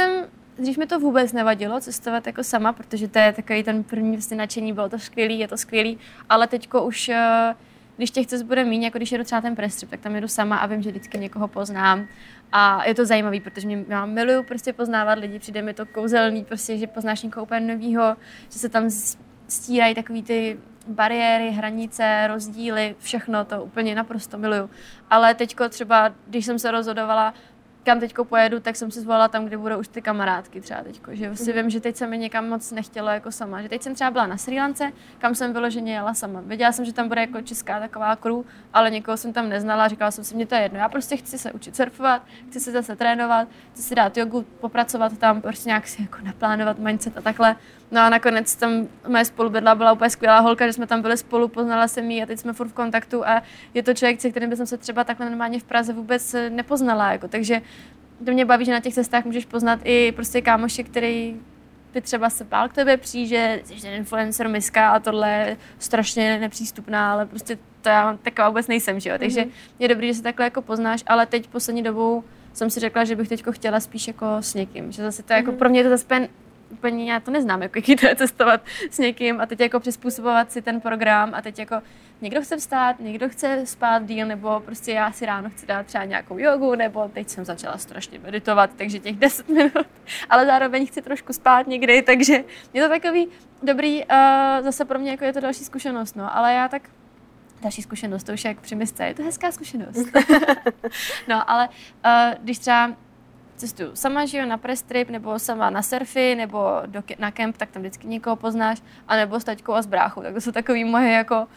dřív mi to vůbec nevadilo cestovat jako sama, protože to je takový ten první vlastně nadšení, bylo to skvělý, je to skvělý, ale teďko už když těch cest bude míň, jako když jedu třeba ten press trip, tak tam jedu sama a vím, že vždycky někoho poznám. A je to zajímavý, protože já miluju prostě poznávat lidi, přijde mi to kouzelný, prostě, že poznáš někoho úplně novýho, že se tam stírají takový ty bariéry, hranice, rozdíly, všechno to úplně naprosto miluju. Ale teďko třeba, když jsem se rozhodovala, kam teďko pojedu, tak jsem si zvolila tam, kde budou už ty kamarádky třeba teďko, že si vím, že teď se mi někam moc nechtělo jako sama, že teď jsem třeba byla na Srí Lance, kam jsem vyloženě jela sama. Věděla jsem, že tam bude jako česká taková crew, ale někoho jsem tam neznala, říkala jsem si, mě to je jedno, já prostě chci se učit surfovat, chci se zase trénovat, chci si dát jogu, popracovat tam, prostě nějak si jako naplánovat mindset a takhle. No a nakonec tam moje spolubydla byla úplně skvělá holka, že jsme tam byli spolu, poznala jsem ji a teď jsme furt v kontaktu a je to člověk, se kterým bych se třeba takhle normálně v Praze vůbec nepoznala, jako, takže to mě baví, že na těch cestách můžeš poznat i prostě kámoše, který by třeba se bál k tebe přijít, že jsi ten influencer miska a tohle je strašně nepřístupná, ale prostě to já taková vůbec nejsem, že jo, takže je dobrý, že se takhle jako poznáš, ale teď poslední dobou jsem si řekla, že bych teďko chtěla spíš jako s někým, že zase to jako pro mě je to zase úplně já to neznám, jako jaký to je cestovat s někým a teď jako přizpůsobovat si ten program a teď jako někdo chce vstát, někdo chce spát díl, nebo prostě já si ráno chci dát třeba nějakou jogu, nebo teď jsem začala strašně meditovat, takže těch 10 minut, ale zároveň chci trošku spát někdy, takže je to takový dobrý, zase pro mě jako je to další zkušenost, no, ale já tak další zkušenost, to už je jak při misce, je to hezká zkušenost. No, ale když třeba cestuju sama, že jo, na press trip, nebo sama na surfy, nebo na kemp, tak tam vždycky někoho poznáš, anebo s taťkou a s bráchou. Tak to jsou takový moje jako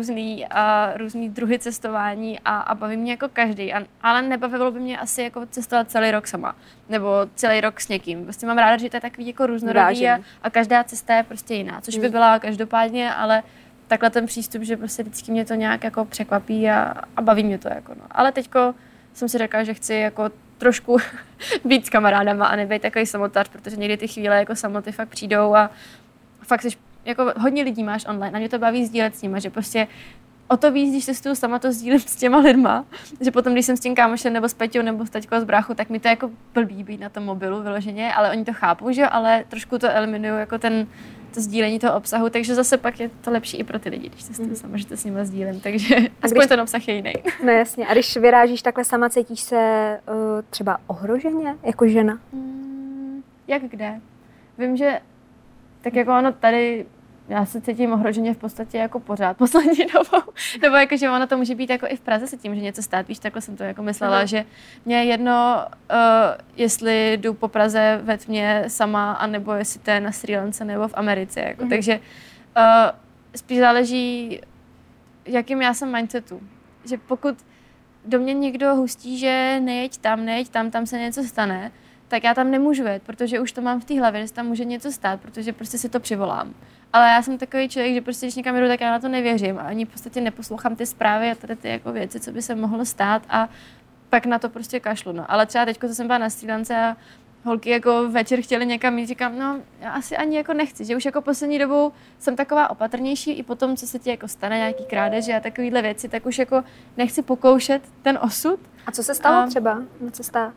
různý druhy cestování a baví mě jako každý. Ale nebavilo by mě asi jako cestovat celý rok sama, nebo celý rok s někým. Prostě mám ráda, že to je takový jako různorodý a každá cesta je prostě jiná, což by byla každopádně, ale takhle ten přístup, že prostě vždycky mě to nějak jako překvapí a baví mě to jako, no. Ale teďko jsem si řekla, že chci jako trošku být s kamarádama a nebejt takový samotář, protože někdy ty chvíle jako samoty fakt přijdou a fakt jsi, jako hodně lidí máš online a mě to baví sdílet s nima, že prostě o to víc, když cestuju sama, to sdílím s těma lidma, že potom, když jsem s tím kámošem nebo s Peťou nebo s taťkou a s bráchou, tak mi to jako blbý být na tom mobilu vyloženě, ale oni to chápou, že jo, ale trošku to eliminuju jako to sdílení toho obsahu, takže zase pak je to lepší i pro ty lidi, když cestuju sama, že to s nimi sdílím, takže aspoň ten obsah je jiný. No jasně, a když vyrážíš takhle sama, cítíš se třeba ohroženě jako žena? Jak kde? Vím, že tak jako ono tady já se cítím ohroženě v podstatě jako pořád poslední dobou. Nebo jako, že ono to může být jako i v Praze se tím, že něco stát, víš, takhle jsem to jako myslela, že mě je jedno, jestli jdu po Praze ve tmě sama, anebo jestli to je na Srí Lance nebo v Americe. Jako. Takže spíš záleží, jakým já jsem mindsetu. Že pokud do mě někdo hustí, že nejeď tam, tam se něco stane, tak já tam nemůžu jet, protože už to mám v té hlavě, že se tam může něco stát, protože prostě si to přivolám. Ale já jsem takový člověk, že prostě když někam jdu, tak já na to nevěřím a ani v podstatě neposlouchám ty zprávy a tady ty jako věci, co by se mohlo stát a pak na to prostě kašlu. No. Ale třeba teďko, co jsem byla na Srí Lance a holky jako večer chtěli někam jít, říkám, no já asi ani jako nechci, že už jako poslední dobou jsem taková opatrnější i potom, co se ti jako stane nějaký krádež a takovýhle věci, tak už jako nechci pokoušet ten osud. A co se stalo třeba na cestách?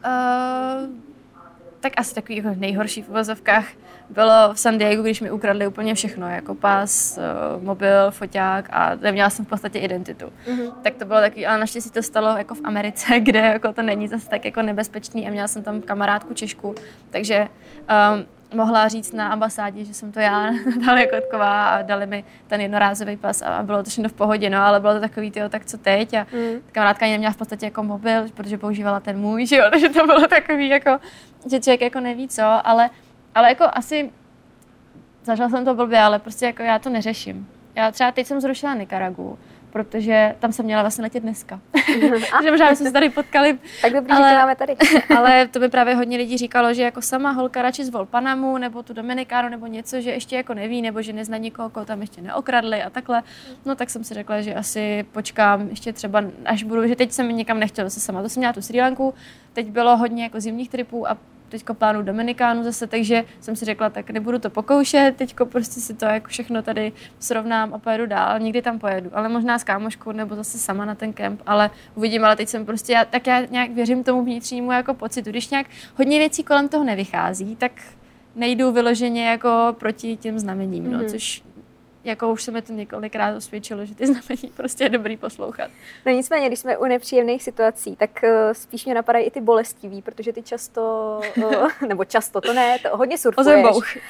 Tak asi takový jako nejhorší v uvozovkách bylo v San Diego, když mi ukradli úplně všechno, jako pas, mobil, foťák a neměla jsem v podstatě identitu. Tak to bylo takový, ale naštěstí to stalo jako v Americe, kde jako to není zase tak jako nebezpečný a měla jsem tam kamarádku Češku, takže mohla říct na ambasádě, že jsem to já, Natália Kotková a dali mi ten jednorázový pas a bylo to všechno v pohodě, no, ale bylo to takový, tyjo, tak co teď a kamarádka ani neměla v podstatě jako mobil, protože používala ten můj, že jo, takže to bylo takový jako, že člověk jako neví co, ale jako asi zažila jsem to blbě, ale prostě jako já to neřeším. Já třeba teď jsem zrušila Nikaragu, protože tam jsem měla vlastně letět dneska. Takže možná jsme se tady potkali. Tak dobrý, že máme tady. Ale to by právě hodně lidí říkalo, že jako sama holka radši zvol Panamu nebo tu Dominikánu nebo něco, že ještě jako neví, nebo že nezná nikoho, koho tam ještě neokradli a takhle. No tak jsem si řekla, že asi počkám ještě třeba, až budu, že teď jsem mi nikam nechtěla zase sama. To jsem měla tu Srí Lanku, teď bylo hodně jako zimních tripů a teďko plánu Dominikánu zase, takže jsem si řekla, tak nebudu to pokoušet, teďko prostě si to jako všechno tady srovnám a pojedu dál, někdy tam pojedu, ale možná s kámoškou nebo zase sama na ten kemp, ale uvidím, ale teď jsem prostě, já nějak věřím tomu vnitřnímu jako pocitu, když nějak hodně věcí kolem toho nevychází, tak nejdu vyloženě jako proti těm znamením, no, což jako už se mi to několikrát osvědčilo, že ty znamení prostě je dobrý poslouchat. No nicméně, když jsme u nepříjemných situací, tak spíš mě napadají i ty bolestivý, protože ty často, nebo často to ne, to hodně surfuješ.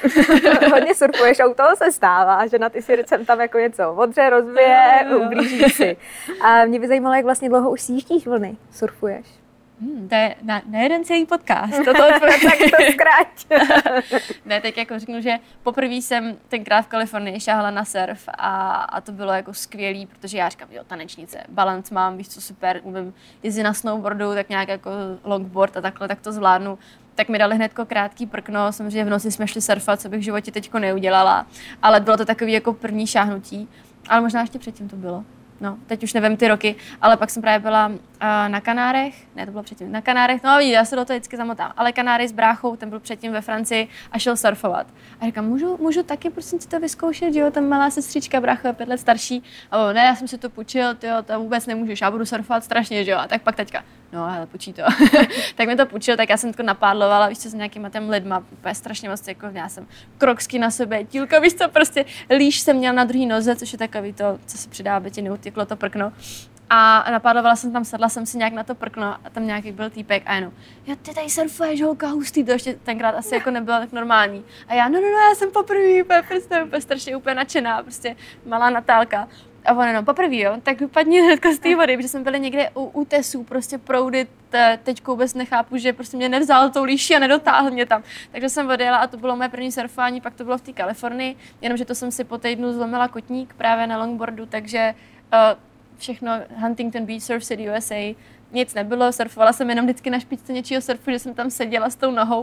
Hodně surfuješ a u toho se stává, že na ty si sem tam jako něco odře, rozbije, ublíží si. A mě by zajímalo, jak vlastně dlouho už sjíždíš vlny, surfuješ. To je na jeden celý podcast. Tak to zkrať. Ne, tak jako řeknu, že poprvé jsem tenkrát v Kalifornii šáhla na surf a to bylo jako skvělý, protože já říkám, jo, tanečnice, balance mám, víš co, super, umím jezdit na snowboardu, tak nějak jako longboard a takhle, tak to zvládnu. Tak mi dali hnedko krátký prkno, samozřejmě v noci jsme šli surfat, co bych v životě teďko neudělala, ale bylo to takový jako první šáhnutí, ale možná ještě předtím to bylo. No, teď už nevím ty roky, ale pak jsem právě byla na Kanárech, ne, to bylo předtím, na Kanárech, no vidíte, já se do toho vždycky zamotám, ale Kanáry s bráchou, ten byl předtím ve Francii a šel surfovat. A říkám, můžu taky prosím si to vyzkoušet, že jo, tam malá sestřička, brácha je 5 let starší, a ne, já jsem si to půjčil, tyjo, to vůbec nemůžeš, já budu surfovat strašně, že jo, a tak pak teďka, no, ale počí to. Tak mi to půjčil, tak já jsem to napádlovala, víš co, s nějakýma těm lidma, úplně strašně moc, jako já jsem kroksky na sebe, tílka, víš co, prostě líš jsem měla na druhý noze, což je takový to, co se přidá, aby ti neuteklo to prkno. A napádlovala jsem tam, sedla jsem si nějak na to prkno a tam nějaký byl týpek a jenom, jo, ty tady surfuješ, holka, hustý, to ještě tenkrát asi jako nebylo tak normální. A já, no, já jsem poprvé, úplně strašně úplně nadšená, prostě malá Natálka. A on jenom poprvé, jo, tak vypadni hnedka z té vody, protože jsme byli někde u útesů, prostě proudy, teďko vůbec nechápu, že prostě mě nevzal tou líši a nedotáhl mě tam. Takže jsem odjela a to bylo moje první surfování, pak to bylo v té Kalifornii, jenomže to jsem si po týdnu zlomila kotník právě na longboardu, takže všechno Huntington Beach, Surf City, USA, nic nebylo, surfovala jsem jenom vždycky na špičce něčího surfu, že jsem tam seděla s tou nohou.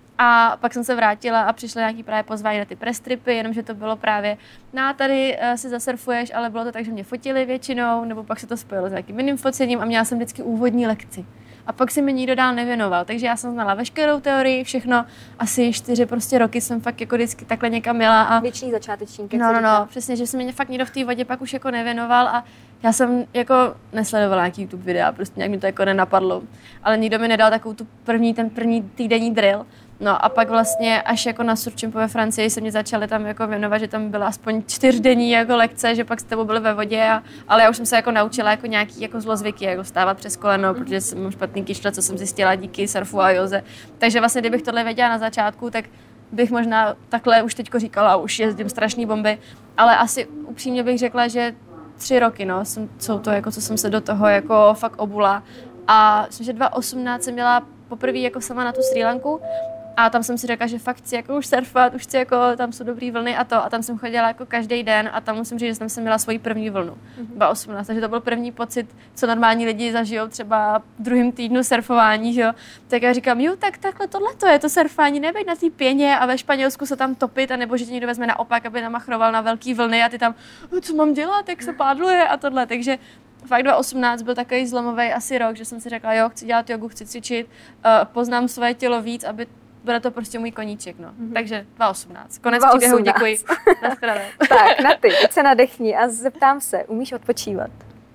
A pak jsem se vrátila a přišly nějaký právě pozvání na ty press tripy, jenomže to bylo právě, tady si zasurfuješ, ale bylo to tak, že mě fotili většinou, nebo pak se to spojilo s nějakým jiným focením a měla jsem vždycky úvodní lekci. A pak se mi nikdo dál nevěnoval, takže já jsem znala veškerou teorii, všechno, asi 4 prostě roky jsem fakt jako vždycky takhle někam jela. A věčný začátečník. No, přesně, že se mě fakt nikdo v té vodě pak už jako nevěnoval a já jsem jako nesledovala nějaký YouTube videa, prostě nějak mi to jako nenapadlo, ale nikdo mi nedal takovou ten první týdenní drill. No a pak vlastně až jako na surfčempu ve Francii se mě začaly tam jako věnovat, že tam byla aspoň 4denní jako lekce, že pak s tebou byly ve vodě, ale já už jsem se jako naučila jako nějaký jako zlozvyky, jako stávat přes koleno, protože jsem mám špatný kyšle, co jsem zjistila díky surfu a józe. Takže vlastně kdybych tohle věděla na začátku, tak bych možná takhle už teďko říkala, už jezdím strašný bomby, ale asi upřímně bych řekla, že 3 roky, no, jsou to jako, co jsem se do toho jako fakt obula. A myslím, že 2018 jsem měla poprvé jako sama na tu Srí Lanku A tam jsem si řekla, že fakt chci jako už surfat, už chci jako, tam jsou dobrý vlny a to. A tam jsem chodila jako každý den a tam musím říct, že jsem měla svoji první vlnu. 2018, takže to byl první pocit, co normální lidi zažijou třeba v druhém týdnu surfování, že jo. Tak já říkám, jo, tak takhle tohleto je to surfání, nebejt na té pěně a ve Španělsku se tam topit, a nebo že tě někdo vezme naopak, aby namachroval na velký vlny a ty tam, co mám dělat, jak se pádluje a tohle. Takže fakt 2018 byl takový zlomový asi rok, že jsem si řekla, jo, chci dělat jogu, chci cvičit, poznám své tělo víc, aby bude to prostě můj koníček, no. Takže 2018. Konec příběhu, děkuji. Nashledanou. Tak, na ty, teď se nadechni a zeptám se, umíš odpočívat?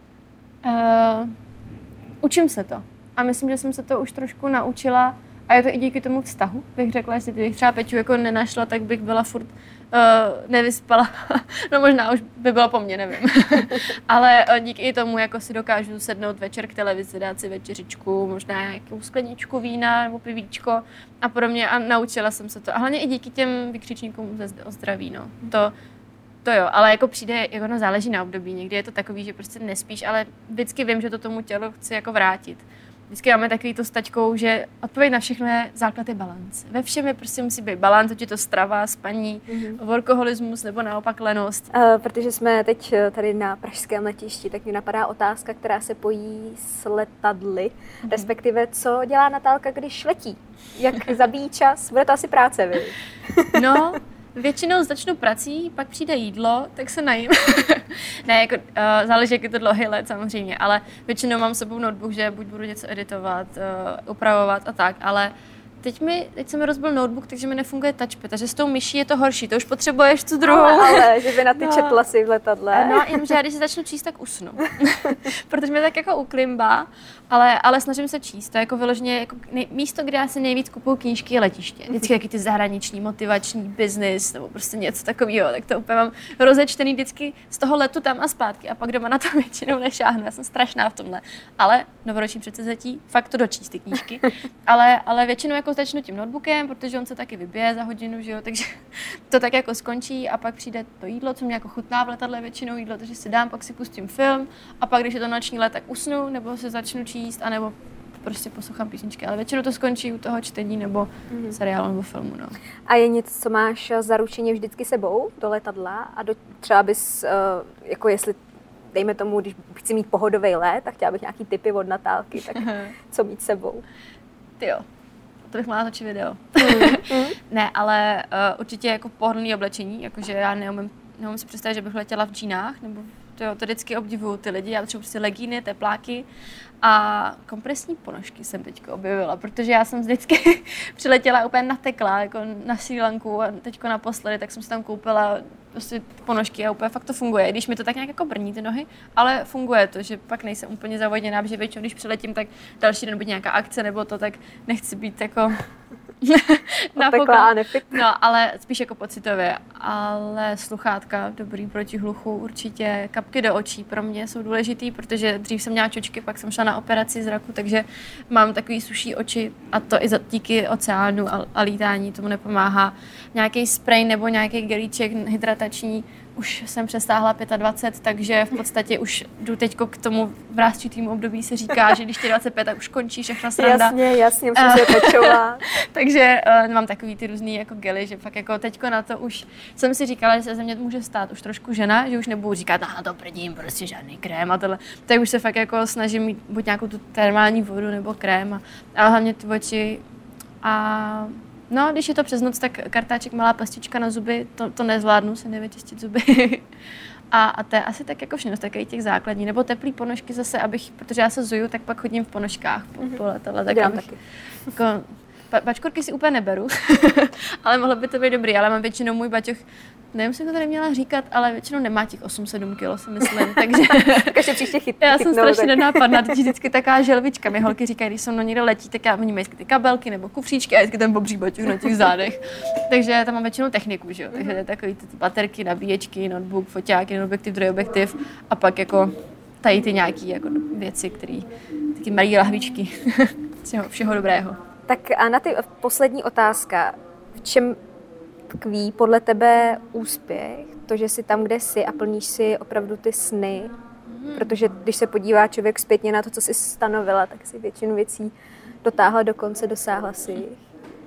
Učím se to. A myslím, že jsem se to už trošku naučila. A je to i díky tomu vztahu, bych řekla, jestli bych třeba Peťu jako nenašla, tak bych byla furt nevyspala. No možná už by bylo po mně, nevím. Ale díky i tomu jako si dokážu sednout večer k televizi, dát si večeřičku, možná nějakou skleničku vína nebo pivíčko a podobně a naučila jsem se to. A hlavně i díky těm vykřičníkům o zdraví, no. To jo, ale jako přijde, jako no záleží na období. Někdy je to takový, že prostě nespíš, ale vždycky vím, že to tomu tělu chci jako vrátit. Vždycky máme takový to s taťkou, že odpověď na všechno je základ je balans. Ve všem je prostě musí být balans, ať je to strava, spaní, workoholismus nebo naopak lenost. Protože jsme teď tady na pražském letišti, tak mi napadá otázka, která se pojí s letadly, respektive co dělá Natálka, když letí? Jak zabíjí čas? Bude to asi práce, vy? No, většinou začnu prací, pak přijde jídlo, tak se najím. Ne, jako záleží, jak je to dlouhý let samozřejmě, ale většinou mám s sebou notebook, že buď budu něco editovat, upravovat a tak, ale teď se mi rozbil notebook, takže mi nefunguje touchpad, takže s tou myší je to horší, to už potřebuješ tu druhou. Ale že by na ty četla si v letadle. No, jenomže já když se začnu číst, tak usnu. Protože mě tak jako uklimbá, ale snažím se číst. To je jako vyloženě jako místo, kde já si nejvíc kupuju knížky, je letiště. Vždycky taky ty zahraniční, motivační, business nebo prostě něco takového, tak to úplně mám rozečtený vždycky z toho letu tam a zpátky a pak doma na to většinou nešáhnu. Já jsem strašná v tomhle. Ale novoroční předsevzetí, fakt to dočíst ty knížky. ale většinou jako začnu tím notebookem, protože on se taky vybije za hodinu, že jo, takže to tak jako skončí a pak přijde to jídlo, co mě jako chutná v letadle většinou jídlo, takže si dám, pak si pustím film a pak, když je to noční let, tak usnu nebo se začnu číst, anebo prostě poslouchám písničky, ale většinou to skončí u toho čtení nebo seriálu nebo filmu, no. A je něco, co máš zaručeně vždycky sebou do letadla a třeba bys, jako jestli dejme tomu, když chci mít pohodový let a chtěla bych nějaký tipy od Natálky, tak co mít sebou? Tyjo. To bych mohla natočit video. Ne, ale určitě jako pohodlný oblečení, jakože já neumím si představit, že bych letěla v džínách, nebo to vždycky obdivuju ty lidi, já potřebuji prostě legíny, tepláky a kompresní ponožky jsem teďko objevila, protože já jsem vždycky přiletěla úplně natekla, jako na Srí Lanku a teďko naposledy, tak jsem si tam koupila prostě ponožky a úplně fakt to funguje, když mi to tak nějak jako brní ty nohy, ale funguje to, že pak nejsem úplně zavoděná, protože většinou, když přiletím, tak další den bude nějaká akce nebo to, tak nechci být jako natekla a nefitná. No, ale spíš jako pocitově, ale sluchátka dobrý proti hluchu, určitě kapky do očí pro mě jsou důležitý, protože dřív jsem měla čočky, pak jsem šla na operaci zraku, takže mám takový suší oči a to i díky oceánu a lítání tomu nepomáhá. Nějaký spray nebo nějaký gelíček hydratační, už jsem přestáhla 25, takže v podstatě už jdu teďko k tomu vrásčitému období, se říká, že když je 25, tak už končí všechna sranda. Jasně, musím se pečovat. Takže mám takový ty různý jako gely, že fakt jako teďko na to už jsem si říkala, že se ze mě může stát už trošku žena, že už nebudu říkat, na to prdím, prostě žádný krém a tohle. Tak už se fakt jako snažím mít buď nějakou tu termální vodu nebo krém, ale hlavně ty oči a no, když je to přes noc, tak kartáček, malá pastička na zuby, to nezvládnu se nevyčistit zuby. A to je asi tak jako všechno, takový těch základní. Nebo teplý ponožky zase, protože já se zuju, tak pak chodím v ponožkách po letadle. Tak abych, taky. Jako, bačkorky si úplně neberu, ale mohlo by to být dobrý, ale mám většinou můj baťoch, nevím, jestli to tady měla říkat, ale většinou nemá těch 8-7 kilo, si myslím, takže každý příště já jsem strašně nenápadná, teď vždycky taková želvička, mi holky říkají, když se mnou někdo letí, tak já oni mají ty kabelky nebo kufříčky a vždycky ten bobří baťoch na těch zádech, takže tam mám většinou techniku, že jo, takže to je takový ty baterky, nabíječky, notebook, foťáky, objektiv, druhý objektiv a pak jako tady ty nějaký jako věci, které taky malý lahvičky, všeho dobrého. Tak a na ty poslední otázka, v čem tkví podle tebe úspěch, to, že jsi tam, kde jsi a plníš si opravdu ty sny, protože když se podívá člověk zpětně na to, co jsi stanovila, tak si většinu věcí dotáhla do konce, dosáhla si jich.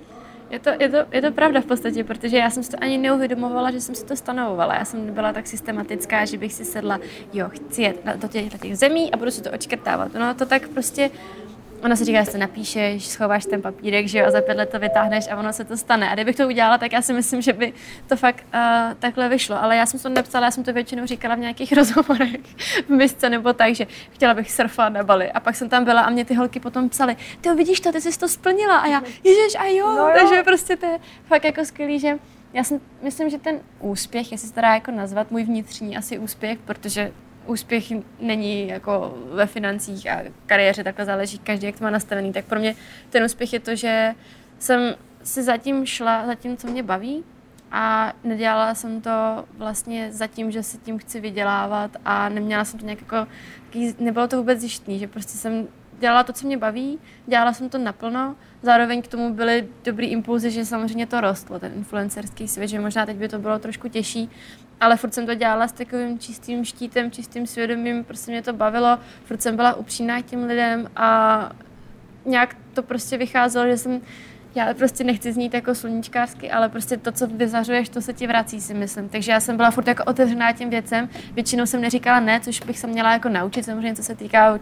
Je to pravda v podstatě, protože já jsem si to ani neuvědomovala, že jsem si to stanovovala. Já jsem nebyla tak systematická, že bych si sedla, jo, chci jet do těch zemí a budu si to odškrtávat. No to tak prostě, ono se říká, že to napíšeš, schováš ten papírek, že jo, a za 5 let to vytáhneš a ono se to stane. A kdybych to udělala, tak já si myslím, že by to fakt takhle vyšlo. Ale já jsem to nepsala, já jsem to většinou říkala v nějakých rozhovorech v misce nebo tak, že chtěla bych surfovat na Bali. A pak jsem tam byla a mě ty holky potom psaly, ty vidíš to, ty jsi to splnila. A já, ježiš, a jo, no, takže prostě to je fakt jako skvělý, že já si myslím, že ten úspěch, jestli se to dá jako nazvat, můj vnitřní asi úspěch, protože úspěch není jako ve financích a kariéře, takhle záleží každý, jak to má nastavený. Tak pro mě ten úspěch je to, že jsem si zatím šla, za tím, co mě baví a nedělala jsem to vlastně za tím, že si tím chci vydělávat a neměla jsem to nějak jako, nebylo to vůbec zjištný, že prostě jsem dělala to, co mě baví, dělala jsem to naplno, zároveň k tomu byly dobrý impulzy, že samozřejmě to rostlo, ten influencerský svět, že možná teď by to bylo trošku těžší, ale furt jsem to dělala s takovým čistým štítem, čistým svědomím, prostě mě to bavilo, furt jsem byla upřímná k těm lidem a nějak to prostě vycházelo, že já prostě nechci znít jako sluníčkářsky, ale prostě to, co vyzařuješ, to se ti vrací, si myslím. Takže já jsem byla furt jako otevřená těm věcem. Většinou jsem neříkala ne, což bych se měla jako naučit, samozřejmě, co se týká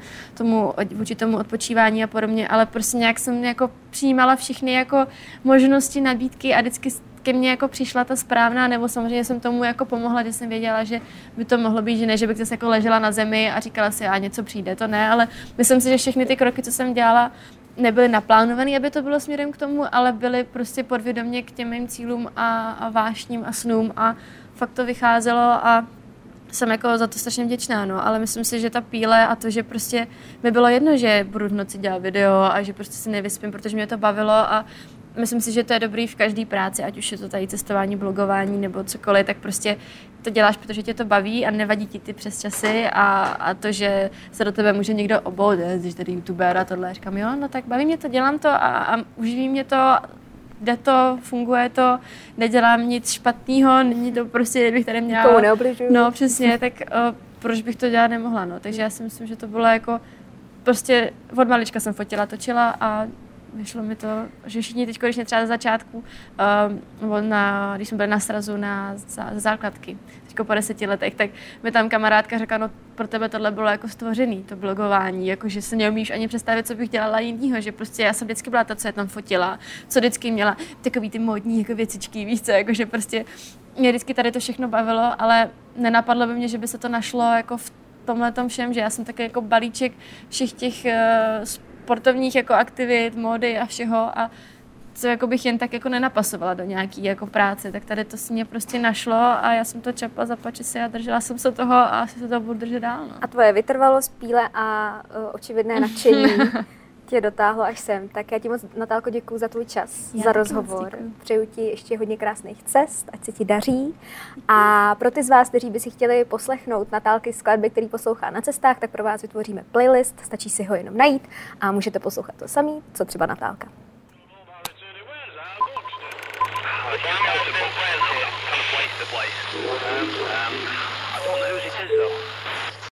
vůči tomu odpočívání a podobně, ale prostě nějak jsem jako přijímala všechny jako možnosti, nabídky a vždycky ke mně jako přišla ta správná, nebo samozřejmě jsem tomu jako pomohla, že jsem věděla, že by to mohlo být, že ne, že bych zase jako ležela na zemi a říkala si, a něco přijde, to ne, ale myslím si, že všechny ty kroky, co jsem dělala, nebyly naplánované, aby to bylo směrem k tomu, ale byly prostě podvědomě k těm mým cílům a vášním a snům a fakt to vycházelo a jsem jako za to strašně vděčná, no, ale myslím si, že ta píle a to, že prostě mi bylo jedno, že budu v noci dělat video a že prostě si nevyspím, protože mě to bavilo a myslím si, že to je dobrý v každé práci, ať už je to tady cestování, blogování nebo cokoliv, tak prostě to děláš, protože tě to baví a nevadí ti ty přesčasy a to, že se do tebe může někdo oboudet, že tady youtuber a tohle. Říkám, jo, no tak baví mě to, dělám to a uživí mě to, jde to, funguje to, nedělám nic špatného, není to prostě, kdybych tady měla... Nikomu neobližuju. No přesně, tak proč bych to dělat nemohla, no. Takže já si myslím, že to bylo jako, prostě od malička jsem fotila, točila a vyšlo mi to, že všichni teď, když mě třeba za začátku, když jsme byli na srazu na základky, teďko po 10 letech, tak mi tam kamarádka řekla, no pro tebe tohle bylo jako stvořený, to blogování, jako že si neumíš ani představit, co bych dělala jinýho, že prostě já jsem vždycky byla ta, co je tam fotila, co vždycky měla takový ty módní jako věcičky, víš co, jako že prostě mě vždycky tady to všechno bavilo, ale nenapadlo by mě, že by se to našlo jako v tomhletom všem, že já jsem taky jako balíček všech těch sportovních jako aktivit, módy a všeho a co jako bych jen tak jako nenapasovala do nějaký jako práce, tak tady to si mě prostě našlo a já jsem to čapla za pačesy a držela jsem se toho a asi se to budu držet dál. No. A tvoje vytrvalost, píle a očividné nadšení tě dotáhlo až sem. Tak já ti moc, Natálko, děkuju za tvůj čas, za rozhovor. Přeju ti ještě hodně krásných cest, ať se ti daří. A pro ty z vás, kteří by si chtěli poslechnout Natálky skladby, který poslouchá na cestách, tak pro vás vytvoříme playlist, stačí si ho jenom najít a můžete poslouchat to samý, co třeba Natálka.